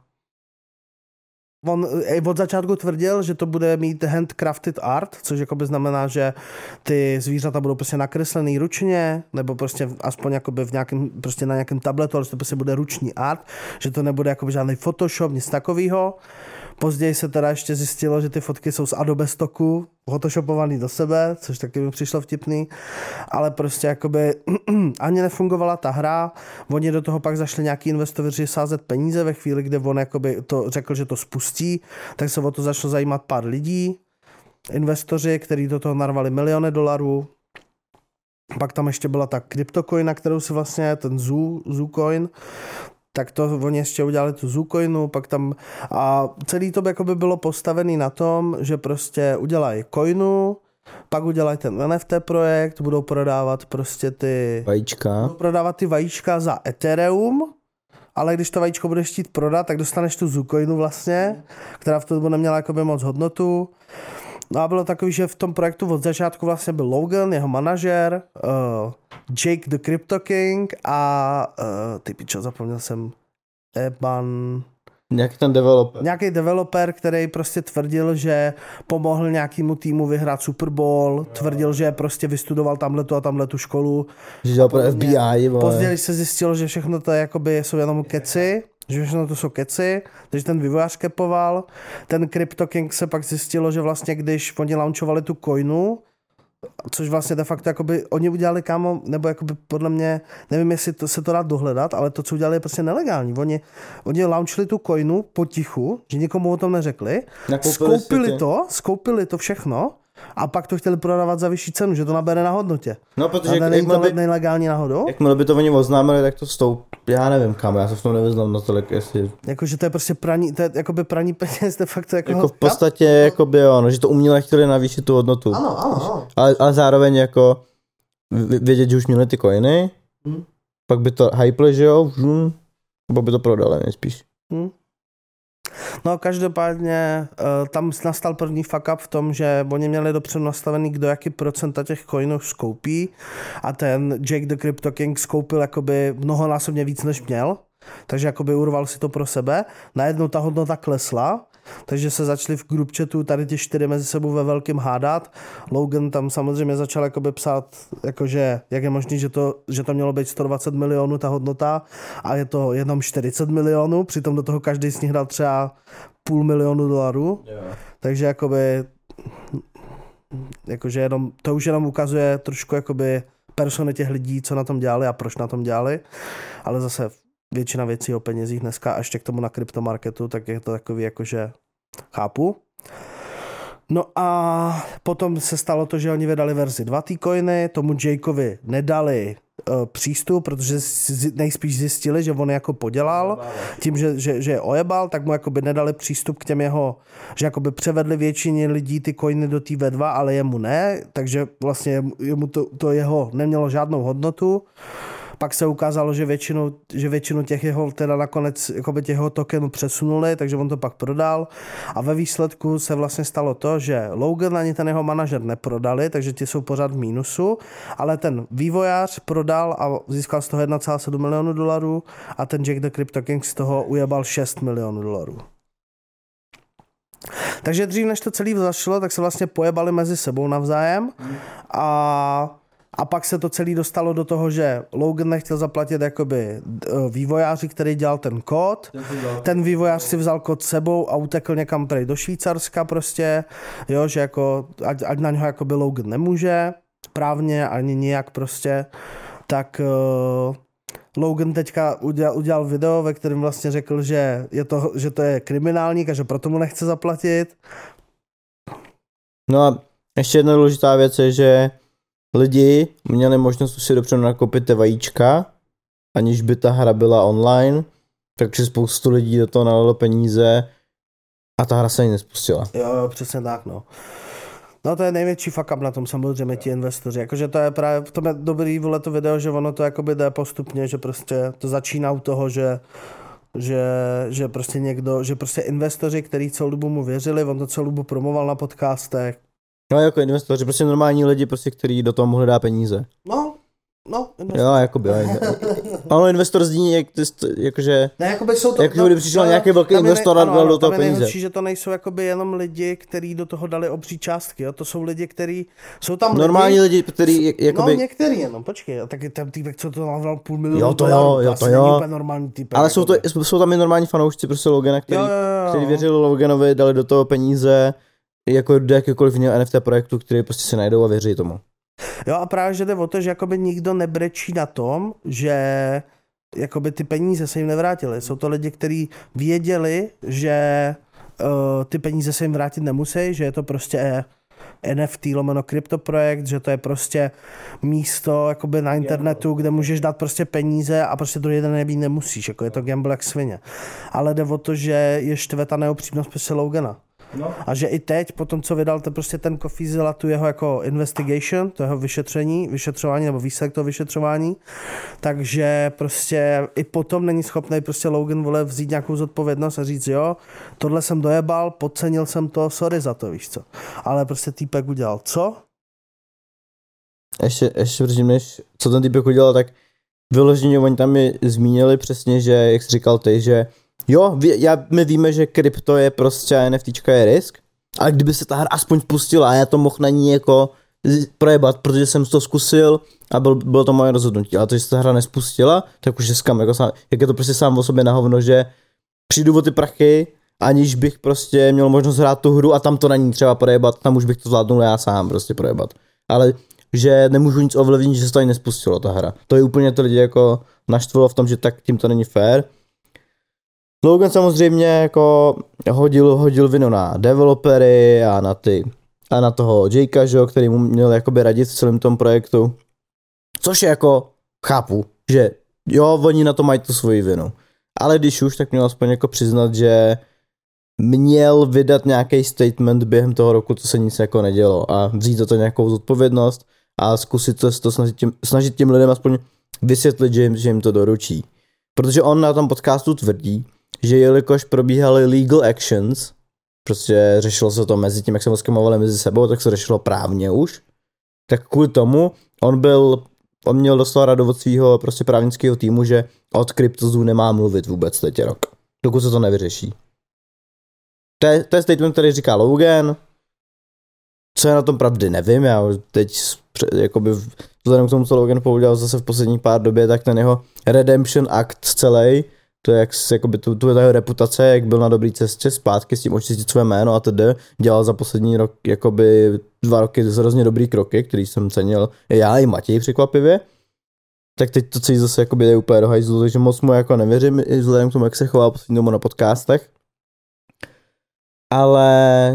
on od začátku tvrdil, že to bude mít handcrafted art, což jakoby znamená, že ty zvířata budou prostě nakreslený ručně, nebo prostě aspoň jakoby v nějakém, prostě na nějakém tabletu, ale že to prostě bude ruční art, že to nebude jakoby žádný Photoshop, nic takového. Později se teda ještě zjistilo, že ty fotky jsou z Adobe stocku, photoshopovaný do sebe, což taky mi přišlo vtipný, ale prostě jakoby ani nefungovala ta hra, oni do toho pak zašli nějaký investoři sázet peníze ve chvíli, kdy on jakoby to řekl, že to spustí, tak se o to začalo zajímat pár lidí, investoři, kteří do toho narvali miliony dolarů. Pak tam ještě byla ta CryptoCoin, na kterou si vlastně, ten ZooCoin, tak to oni ještě udělali tu ZooCoinu, pak tam a celý to jakoby bylo postavený na tom, že prostě udělají coinu, pak udělají ten NFT projekt, budou prodávat prostě ty vajíčka. Budou prodávat ty vajíčka za Ethereum, ale když to vajíčko budeš chtít prodat, tak dostaneš tu ZooCoinu vlastně, která v tom neměla jakoby moc hodnotu. No a bylo takový, že v tom projektu od začátku vlastně byl Logan, jeho manažer, Jake the Crypto King a ty pičo, zapomněl jsem, Eban... Nějaký developer, který prostě tvrdil, že pomohl nějakému týmu vyhrát Super Bowl, tvrdil, že prostě vystudoval tamhletu a tamhletu školu. Že dělal pro FBI. Později se zjistilo, že všechno to jakoby jsou jenom keci, že všechno to jsou keci, takže ten vývojář kepoval. Ten Crypto King se pak zjistilo, že vlastně když oni launchovali tu coinu, což vlastně de facto jakoby oni udělali kámo, nebo jakoby podle mě, nevím, jestli to, se to dá dohledat, ale to, co udělali, je prostě nelegální. Oni launchili tu coinu potichu, že nikomu o tom neřekli, skoupili to všechno a pak to chtěli prodávat za vyšší cenu, že to nabere na hodnotě. No, protože nelegální náhodou. Jakmile by to oni oznámili, tak to stoupí. Já nevím kam, já se v tom nevyznám natolik, jestli... Jakože to je prostě praní, to je jakoby praní peněz, de facto jako v podstatě, jakoby jo, no, že to uměle chtěli navýšit tu hodnotu. Ano. Ale zároveň jako vědět, že už měli ty coiny, pak by to hypeli, že jo, pak by to prodali nejspíš. No každopádně tam nastal první fuck up v tom, že oni měli dopředu nastavený, kdo jaký procenta těch coinů skoupí a ten Jake the Crypto King skoupil jakoby mnohonásobně víc, než měl, takže jakoby urval si to pro sebe. Najednou ta hodnota klesla, takže se začali v group chatu tady ty 4 mezi sebou ve velkým hádat. Logan tam samozřejmě začal jakoby psát, jakože jak je možný, že to mělo být 120 milionů ta hodnota a je to jenom 40 milionů, přitom do toho každý z nich dal třeba $500,000. Yeah. Takže jakože jenom, to už jenom ukazuje trošku jakoby persony těch lidí, co na tom dělali a proč na tom dělali, ale zase většina věcí o penězích dneska a ještě k tomu na kryptomarketu, tak je to takový jakože chápu. No a potom se stalo to, že oni vydali verzi 2 té coiny, tomu Jakeovi nedali přístup, protože nejspíš zjistili, že on je jako podělal, tím, že je ojebal, tak mu jakoby nedali přístup k těm jeho, že jakoby převedli většině lidí ty coiny do té V2, ale jemu ne, takže vlastně jemu to jeho nemělo žádnou hodnotu. Pak se ukázalo, že většinu těch jeho, teda nakonec jakoby těch jeho tokenů přesunuli, takže on to pak prodal a ve výsledku se vlastně stalo to, že Logan ani ten jeho manažer neprodali, takže ti jsou pořád v mínusu, ale ten vývojář prodal a získal z toho $1,7 milionu a ten Jake the Crypto King z toho ujebal $6 milionů. Takže dřív, než to celé zašlo, tak se vlastně pojebali mezi sebou navzájem a pak se to celé dostalo do toho, že Logan nechtěl zaplatit jakoby vývojáři, který dělal ten kód. Ten vývojář si vzal kód sebou a utekl někam tady do Švýcarska prostě, jo, že jako, ať na něho jakoby Logan nemůže právně ani nijak prostě, tak Logan teďka udělal video, ve kterém vlastně řekl, že to je kriminálník a že proto mu nechce zaplatit. No a ještě jedna důležitá věc je, že lidi měli možnost si dopředu nakoupit ty vajíčka, aniž by ta hra byla online, takže spoustu lidí do toho nalilo peníze a ta hra se ani nespustila. Jo, přesně tak, no. No to je největší fuck up na tom samozřejmě ti investoři, jakože to je právě, v tom je dobrý vole to video, že ono to jakoby jde postupně, že prostě to začíná u toho, že prostě někdo, že prostě investoři, kteří celou dobu mu věřili, on to celou dobu promoval na podcastech. No jako investoři, prostě normální lidi, prostě, kteří do toho mohli dát peníze. No, jo, jakoby, ano, investor zní, jakože, ne, jakoby jsou to, kdyby přišel nějaký velký investor a dal do toho peníze. Nejhorší, že to nejsou jakoby jenom lidi, kteří do toho dali obří částky, jo? To jsou lidi, kteří, jsou tam normální lidi, kteří, jakoby... No, některý jenom, počkej, tak ten týpek, co to navral $500 000 jo, to jo. Normální týpek, ale jsou tam i normální fanoušci prostě Logana, kteří věřili Loganovi, dali do toho peníze, jako do jakýkoliv jiného NFT projektu, který prostě si najdou a věří tomu. Jo a právě, že jde o to, že jakoby nikdo nebrečí na tom, že jakoby ty peníze se jim nevrátily. Jsou to lidi, kteří věděli, že ty peníze se jim vrátit nemusí, že je to prostě NFT lomeno kryptoprojekt, že to je prostě místo jakoby na internetu, kde můžeš dát prostě peníze a prostě druhý den nebýt nemusíš, jako je to gamble jak svině. Ale jde o to, že je štve ta neupřímnost prostě Logana. No. A že i teď, po tom, co vydal prostě ten Coffeezilla, tu jeho jako investigation, to jeho vyšetřování nebo výsledek toho vyšetřování, takže prostě i potom není schopný prostě Logan vole vzít nějakou zodpovědnost a říct jo, tohle jsem dojebal, podcenil jsem to, sorry za to, víš co. Ale prostě týpek udělal co? Ještě předtím, než co ten týpek udělal, tak vyloženě oni tam mi zmínili přesně, že jak jsi říkal ty, že jo, my víme, že krypto je prostě NFTčka je risk, ale kdyby se ta hra aspoň spustila a já to mohl na ní jako projebat, protože jsem to zkusil a bylo to moje rozhodnutí, ale to, že se ta hra nespustila, tak už je skam, jako jak je to prostě sám o sobě na hovno, že přijdu o ty prachy, aniž bych prostě měl možnost hrát tu hru a tam to na ní třeba projebat, tam už bych to zvládnul já sám prostě projebat. Ale že nemůžu nic ovlivnit, že se to ani nespustilo ta hra. To je úplně to lidi jako naštvalo v tom, že tak tím to není fair. Logan samozřejmě jako hodil vinu na developery a na toho Jakea, že, který mu měl jakoby radit v celém tom projektu. Což je jako, chápu, že jo, oni na to mají tu svoji vinu. Ale když už, tak měl aspoň jako přiznat, že měl vydat nějaký statement během toho roku, co se nic jako nedělo a vzít za to nějakou zodpovědnost a zkusit to snažit těm lidem aspoň vysvětlit, že jim to doručí. Protože on na tom podcastu tvrdí, že jelikož probíhaly legal actions, prostě řešilo se to mezi tím, jak se mozkemovali mezi sebou, tak se řešilo právně už, tak kvůli tomu on měl dostal radu od svého prostě právnického týmu, že od CryptoZoo nemá mluvit vůbec teď rok, dokud se to nevyřeší. To je statement, který říká Logan. Co je na tom pravdy, nevím, já teď jakoby vzhledem k tomu, co Logan poudělal zase v poslední pár době, tak ten jeho Redemption Act celý, to je jak jakoby tu jeho reputace, jak byl na dobré cestě zpátky s tím očistit své jméno a tedy dělal za poslední rok jakoby 2 roky hrozně dobrý kroky, který jsem cenil já i Matěj překvapivě. Tak teď to celý zase jakoby je úplně do hajzlu, takže moc mu jako nevěřím i vzhledem k tomu, jak se chová poslední dobu na podcastech. Ale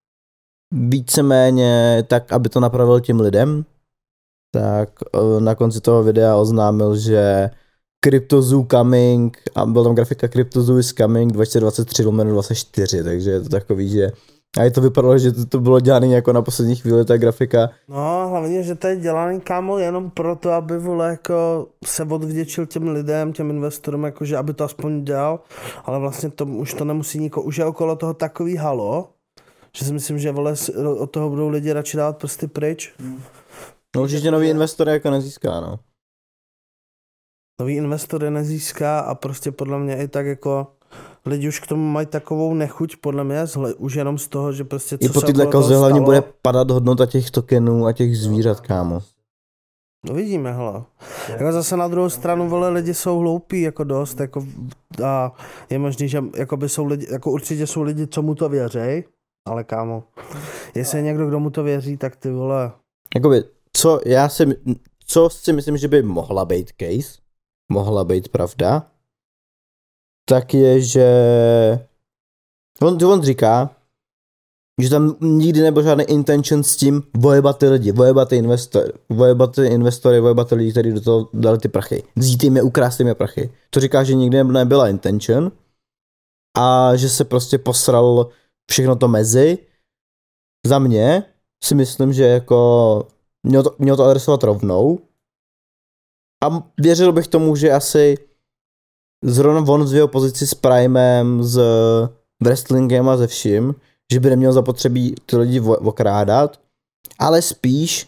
víceméně tak, aby to napravil těm lidem, tak na konci toho videa oznámil, že CryptoZoo coming, a byla tam grafika CryptoZoo is coming 2023/24, takže je to takový, že a to vypadalo, že to bylo dělané jako na poslední chvíli, ta grafika. No, hlavně, že to je dělaný, kámo, jenom proto, aby vole, jako se odvděčil těm lidem, těm investorům, jakože aby to aspoň dělal, ale vlastně už to nemusí nikoho, už je okolo toho takový halo, že si myslím, že vole, od toho budou lidi radši dávat prsty pryč. No určitě nový investor jako nezíská, no. Nový investor je nezíská a prostě podle mě i tak jako lidi už k tomu mají takovou nechuť, podle mě, už jenom z toho, že prostě co i po tyhle kauze hlavně bude padat hodnota těch tokenů a těch zvířat, kámo. No vidíme, hele. Jako zase na druhou stranu, vole, lidi jsou hloupí jako dost, jako a je možný, že jakoby jsou lidi, jako určitě jsou lidi, co mu to věří, ale kámo, jestli je někdo, kdo mu to věří, tak ty vole. Jakoby, co si myslím, že by mohla být case, mohla být pravda, tak je, že on říká, že tam nikdy nebyl žádný intention s tím vojebat ty lidi, vojebat ty investory, vojebat ty lidi, kteří do toho dali ty prachy. Vzít jim je, ukrást jim je prachy. To říká, že nikdy nebyla intention a že se prostě posral všechno to mezi. Za mě si myslím, že jako měl to adresovat rovnou a věřil bych tomu, že asi zrovna on v jeho pozici s Primem, s wrestlingem a ze vším, že by neměl zapotřebí ty lidi okrádat, ale spíš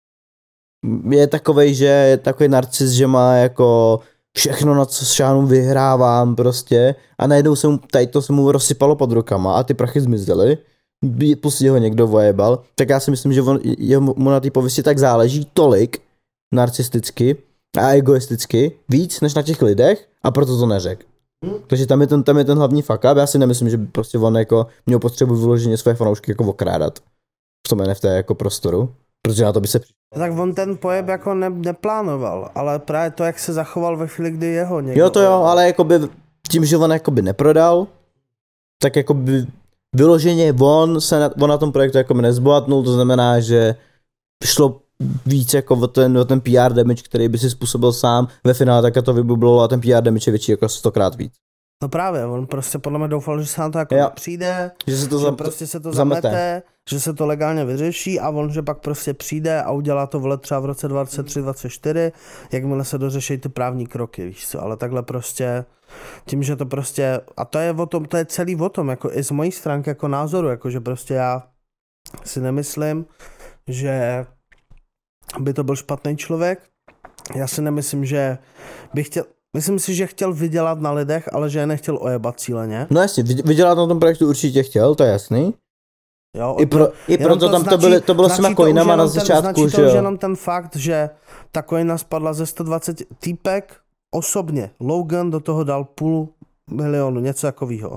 je takovej, že je takový narcis, že má jako všechno, na co šáhnu, vyhrávám prostě a najednou se mu rozsypalo pod rukama a ty prachy zmizely, pustil ho někdo vojebal, tak já si myslím, že mu na té pověsti tak záleží tolik narcisticky a egoisticky víc než na těch lidech a proto to neřekl. Takže tam je ten hlavní fuck up. Já si nemyslím, že prostě on jako měl potřebu vyloženě své fanoušky jako okrádat v tom NFT jako prostoru, protože na to by se... Tak on ten pojeb jako neplánoval, ale právě to, jak se zachoval ve chvíli, kdy jeho někdo... Jo to jo, ale jakoby tím, že on jakoby neprodal, tak jakoby vyloženě on na tom projektu jakoby nezbohatnul, to znamená, že šlo víc jako o ten PR damage, který by si způsobil sám, ve finále tak to vybublilo a ten PR damage je větší jako 100krát víc. No právě, on prostě podle mě doufal, že se na to jako přijde, že se to prostě se to zamete, že se to legálně vyřeší a on, že pak prostě přijde a udělá to vole třeba v roce 2023-2024, jakmile se dořeší ty právní kroky, víš co, ale takhle prostě tím, že to prostě, a to je o tom, to je celý o tom, jako i z mojí stránky jako názoru, jako že prostě já si nemyslím, že by to byl špatný člověk, já si nemyslím, že bych chtěl. Myslím si, že chtěl vydělat na lidech, ale že je nechtěl ojebat cíleně. No jasně, vydělat na tom projektu určitě chtěl, to je jasný. Jo, I proto tam to bylo s těma coinama na začátku, že jo. Značí jenom ten fakt, že ta coina spadla ze 120 týpek osobně. Logan do toho dal 500 000, něco takového.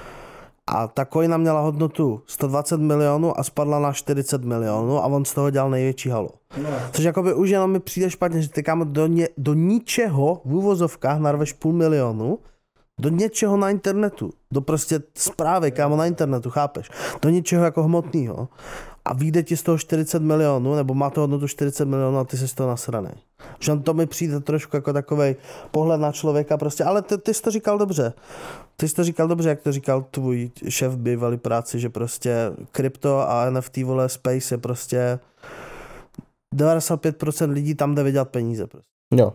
A ta coina měla hodnotu 120 milionů a spadla na 40 milionů a on z toho dělal největší halo. No. Což jakoby už jenom mi přijde špatně, že ty kámo do ničeho v úvozovkách narveš 500 000, do něčeho na internetu, do prostě zprávy, kámo, na internetu, chápeš? Do něčeho jako hmotného. A vyjde ti z toho 40 milionů, nebo má to hodnotu 40 milionů a ty jsi z toho nasranej. Že to mi přijde trošku jako takovej pohled na člověka prostě, ale ty jsi to říkal dobře. Ty jsi to říkal dobře, jak to říkal tvůj šéf bývalý práci, že prostě krypto a NFT vole space je prostě 95% lidí tam jde vydělat peníze prostě. Jo,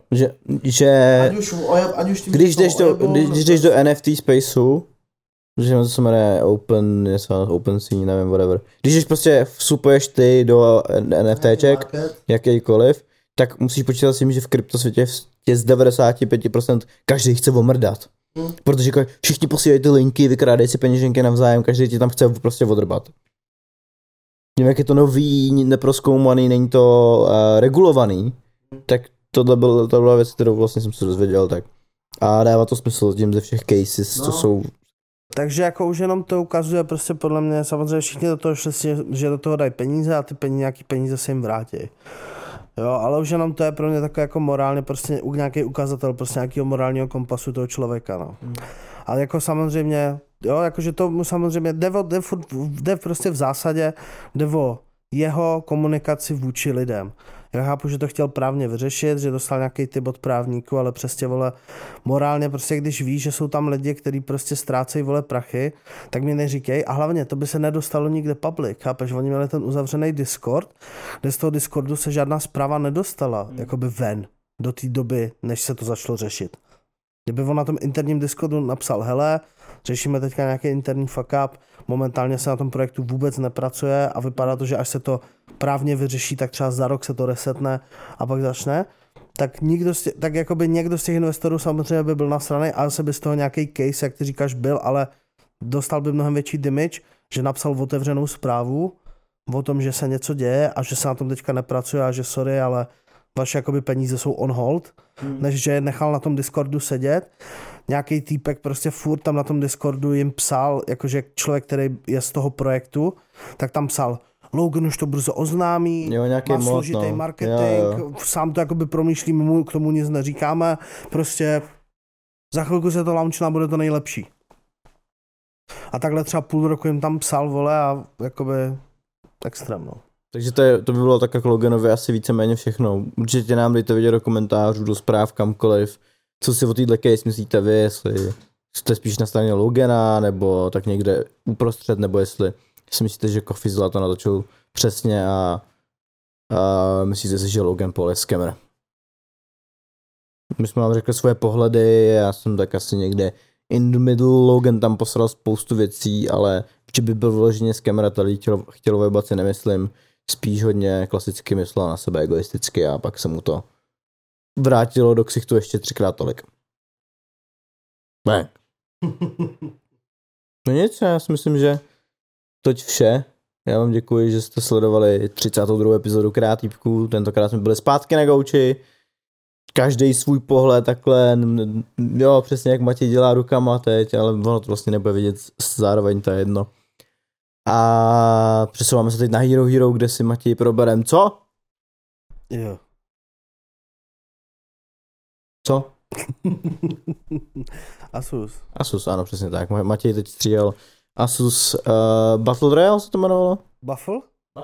že ať už tím když jdeš do NFT spaceu, že to se jmenuje OpenSea, nevím, whatever. Když prostě vstupuješ ty do NFTček, jakýkoliv, tak musíš počítat s tím, že v kryptosvětě je z 95% každý chce omrdat. Protože všichni posílají ty linky, vykrádají si peněženky navzájem, každý ti tam chce prostě odrbat. Nevím, jak je to nový, neprozkoumaný, není to regulovaný, tak to byla věc, kterou vlastně jsem se dozvěděl, tak. A dává to smysl tím ze všech cases, co jsou. Takže jako už jenom to ukazuje prostě podle mě, samozřejmě všichni do toho šli, že do toho dají peníze a ty nějaký peníze se jim vrátí. Jo, ale už jenom to je pro mě takový jako morálně prostě nějaký ukazatel prostě nějakého morálního kompasu toho člověka, no. Ale jako samozřejmě, jo, jakože to mu samozřejmě jde prostě v zásadě, jde o jeho komunikaci vůči lidem. Já chápu, že to chtěl právně vyřešit, že dostal nějaký tip od právníku, ale přesně, vole, morálně prostě, když víš, že jsou tam lidi, kteří prostě ztrácejí, vole, prachy, tak mi neříkej. A hlavně, to by se nedostalo nikde public, chápeš? Oni měli ten uzavřený Discord, kde z toho Discordu se žádná zpráva nedostala, jakoby ven, do té doby, než se to začalo řešit. Kdyby on na tom interním Discordu napsal, hele, řešíme teďka nějaký interní fuck up, momentálně se na tom projektu vůbec nepracuje a vypadá to, že až se to právně vyřeší, tak třeba za rok se to resetne a pak začne, tak jakoby někdo z těch investorů samozřejmě by byl nasranej a se by z toho nějaký case, jak ty říkáš, byl, ale dostal by mnohem větší damage, že napsal otevřenou zprávu o tom, že se něco děje a že se na tom teďka nepracuje a že sorry, ale vaše jakoby peníze jsou on hold, než že nechal na tom Discordu sedět. Nějaký týpek prostě furt tam na tom Discordu jim psal, jakože člověk, který je z toho projektu, tak tam psal, Logan už to brzo oznámí, jo, má složitý marketing, jo. Sám to jakoby promýšlím, k tomu nic neříkáme, prostě za chvilku se to launchne a bude to nejlepší. A takhle třeba půl roku jim tam psal, vole, a jakoby extrém, no. Takže to by bylo tak jako Loganovi asi víceméně všechno. Určitě nám dejte vědět do komentářů, do zpráv, kamkoliv, co si o této case myslíte vy, jestli jste spíš na straně Logana, nebo tak někde uprostřed, nebo jestli Si myslíte, že Kofizla to natočil přesně a myslíte si, že Logan Paul je scammer? My jsme vám řekli svoje pohledy, já jsem tak asi někde in the middle, Logan tam posral spoustu věcí, ale že by byl vyloženě scammer a tady chtěl vybat si nemyslím, spíš hodně klasicky myslel na sebe egoisticky a pak se mu to vrátilo do ksichtu ještě 3x tolik. Ne. No nic, já si myslím, že toť vše. Já vám děkuji, že jste sledovali 32. epizodu Kreativků. Tentokrát jsme byli zpátky na gauči. Každý svůj pohled takhle, jo, přesně jak Matěj dělá rukama teď, ale ono to vlastně nebude vidět, zároveň to je jedno. A přesouváme se teď na Hero Hero, kde si Matěj proberem, co? Jo. Co? Asus, ano, přesně tak. Matěj teď stříhal Asus Battle Royale se to jmenovalo? Battle,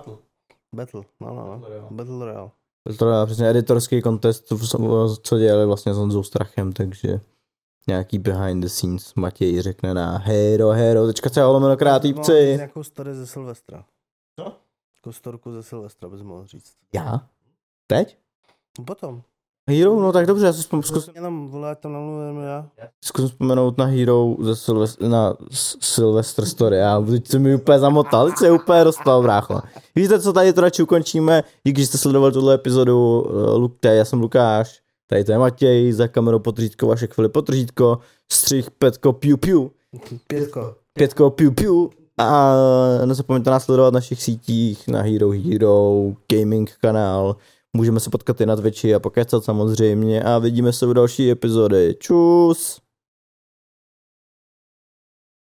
Royale. Battle Royale. To je přesně editorský contest, co dělali vlastně s Honzou Strachem, takže nějaký behind the scenes Matěj řekne na hero.co/kreativci. Nějakou story ze Silvestra. Co? Nějakou storku ze Silvestra bys mohl říct. Já? Teď? Potom. Hero? No tak dobře, já si zkusím Jenom volat tam namluvím já. vzpomenout na Hero na Silvestr Story. Já teď se mi úplně zamotal, teď se úplně dostal, brácho. Víte co, tady to radši ukončíme. Díky, že jste sledovali tuhle epizodu. Já jsem Lukáš, tady to je Matěj, za kamerou potržítko, Vašek Filip potržítko, střih Petko piu piu. Pětko piu piu. A nezapomeňte nás sledovat na našich sítích, na Hero Hero, gaming kanál. Můžeme se potkat i na Twitchi a pokecat samozřejmě a vidíme se u další epizody. Čus!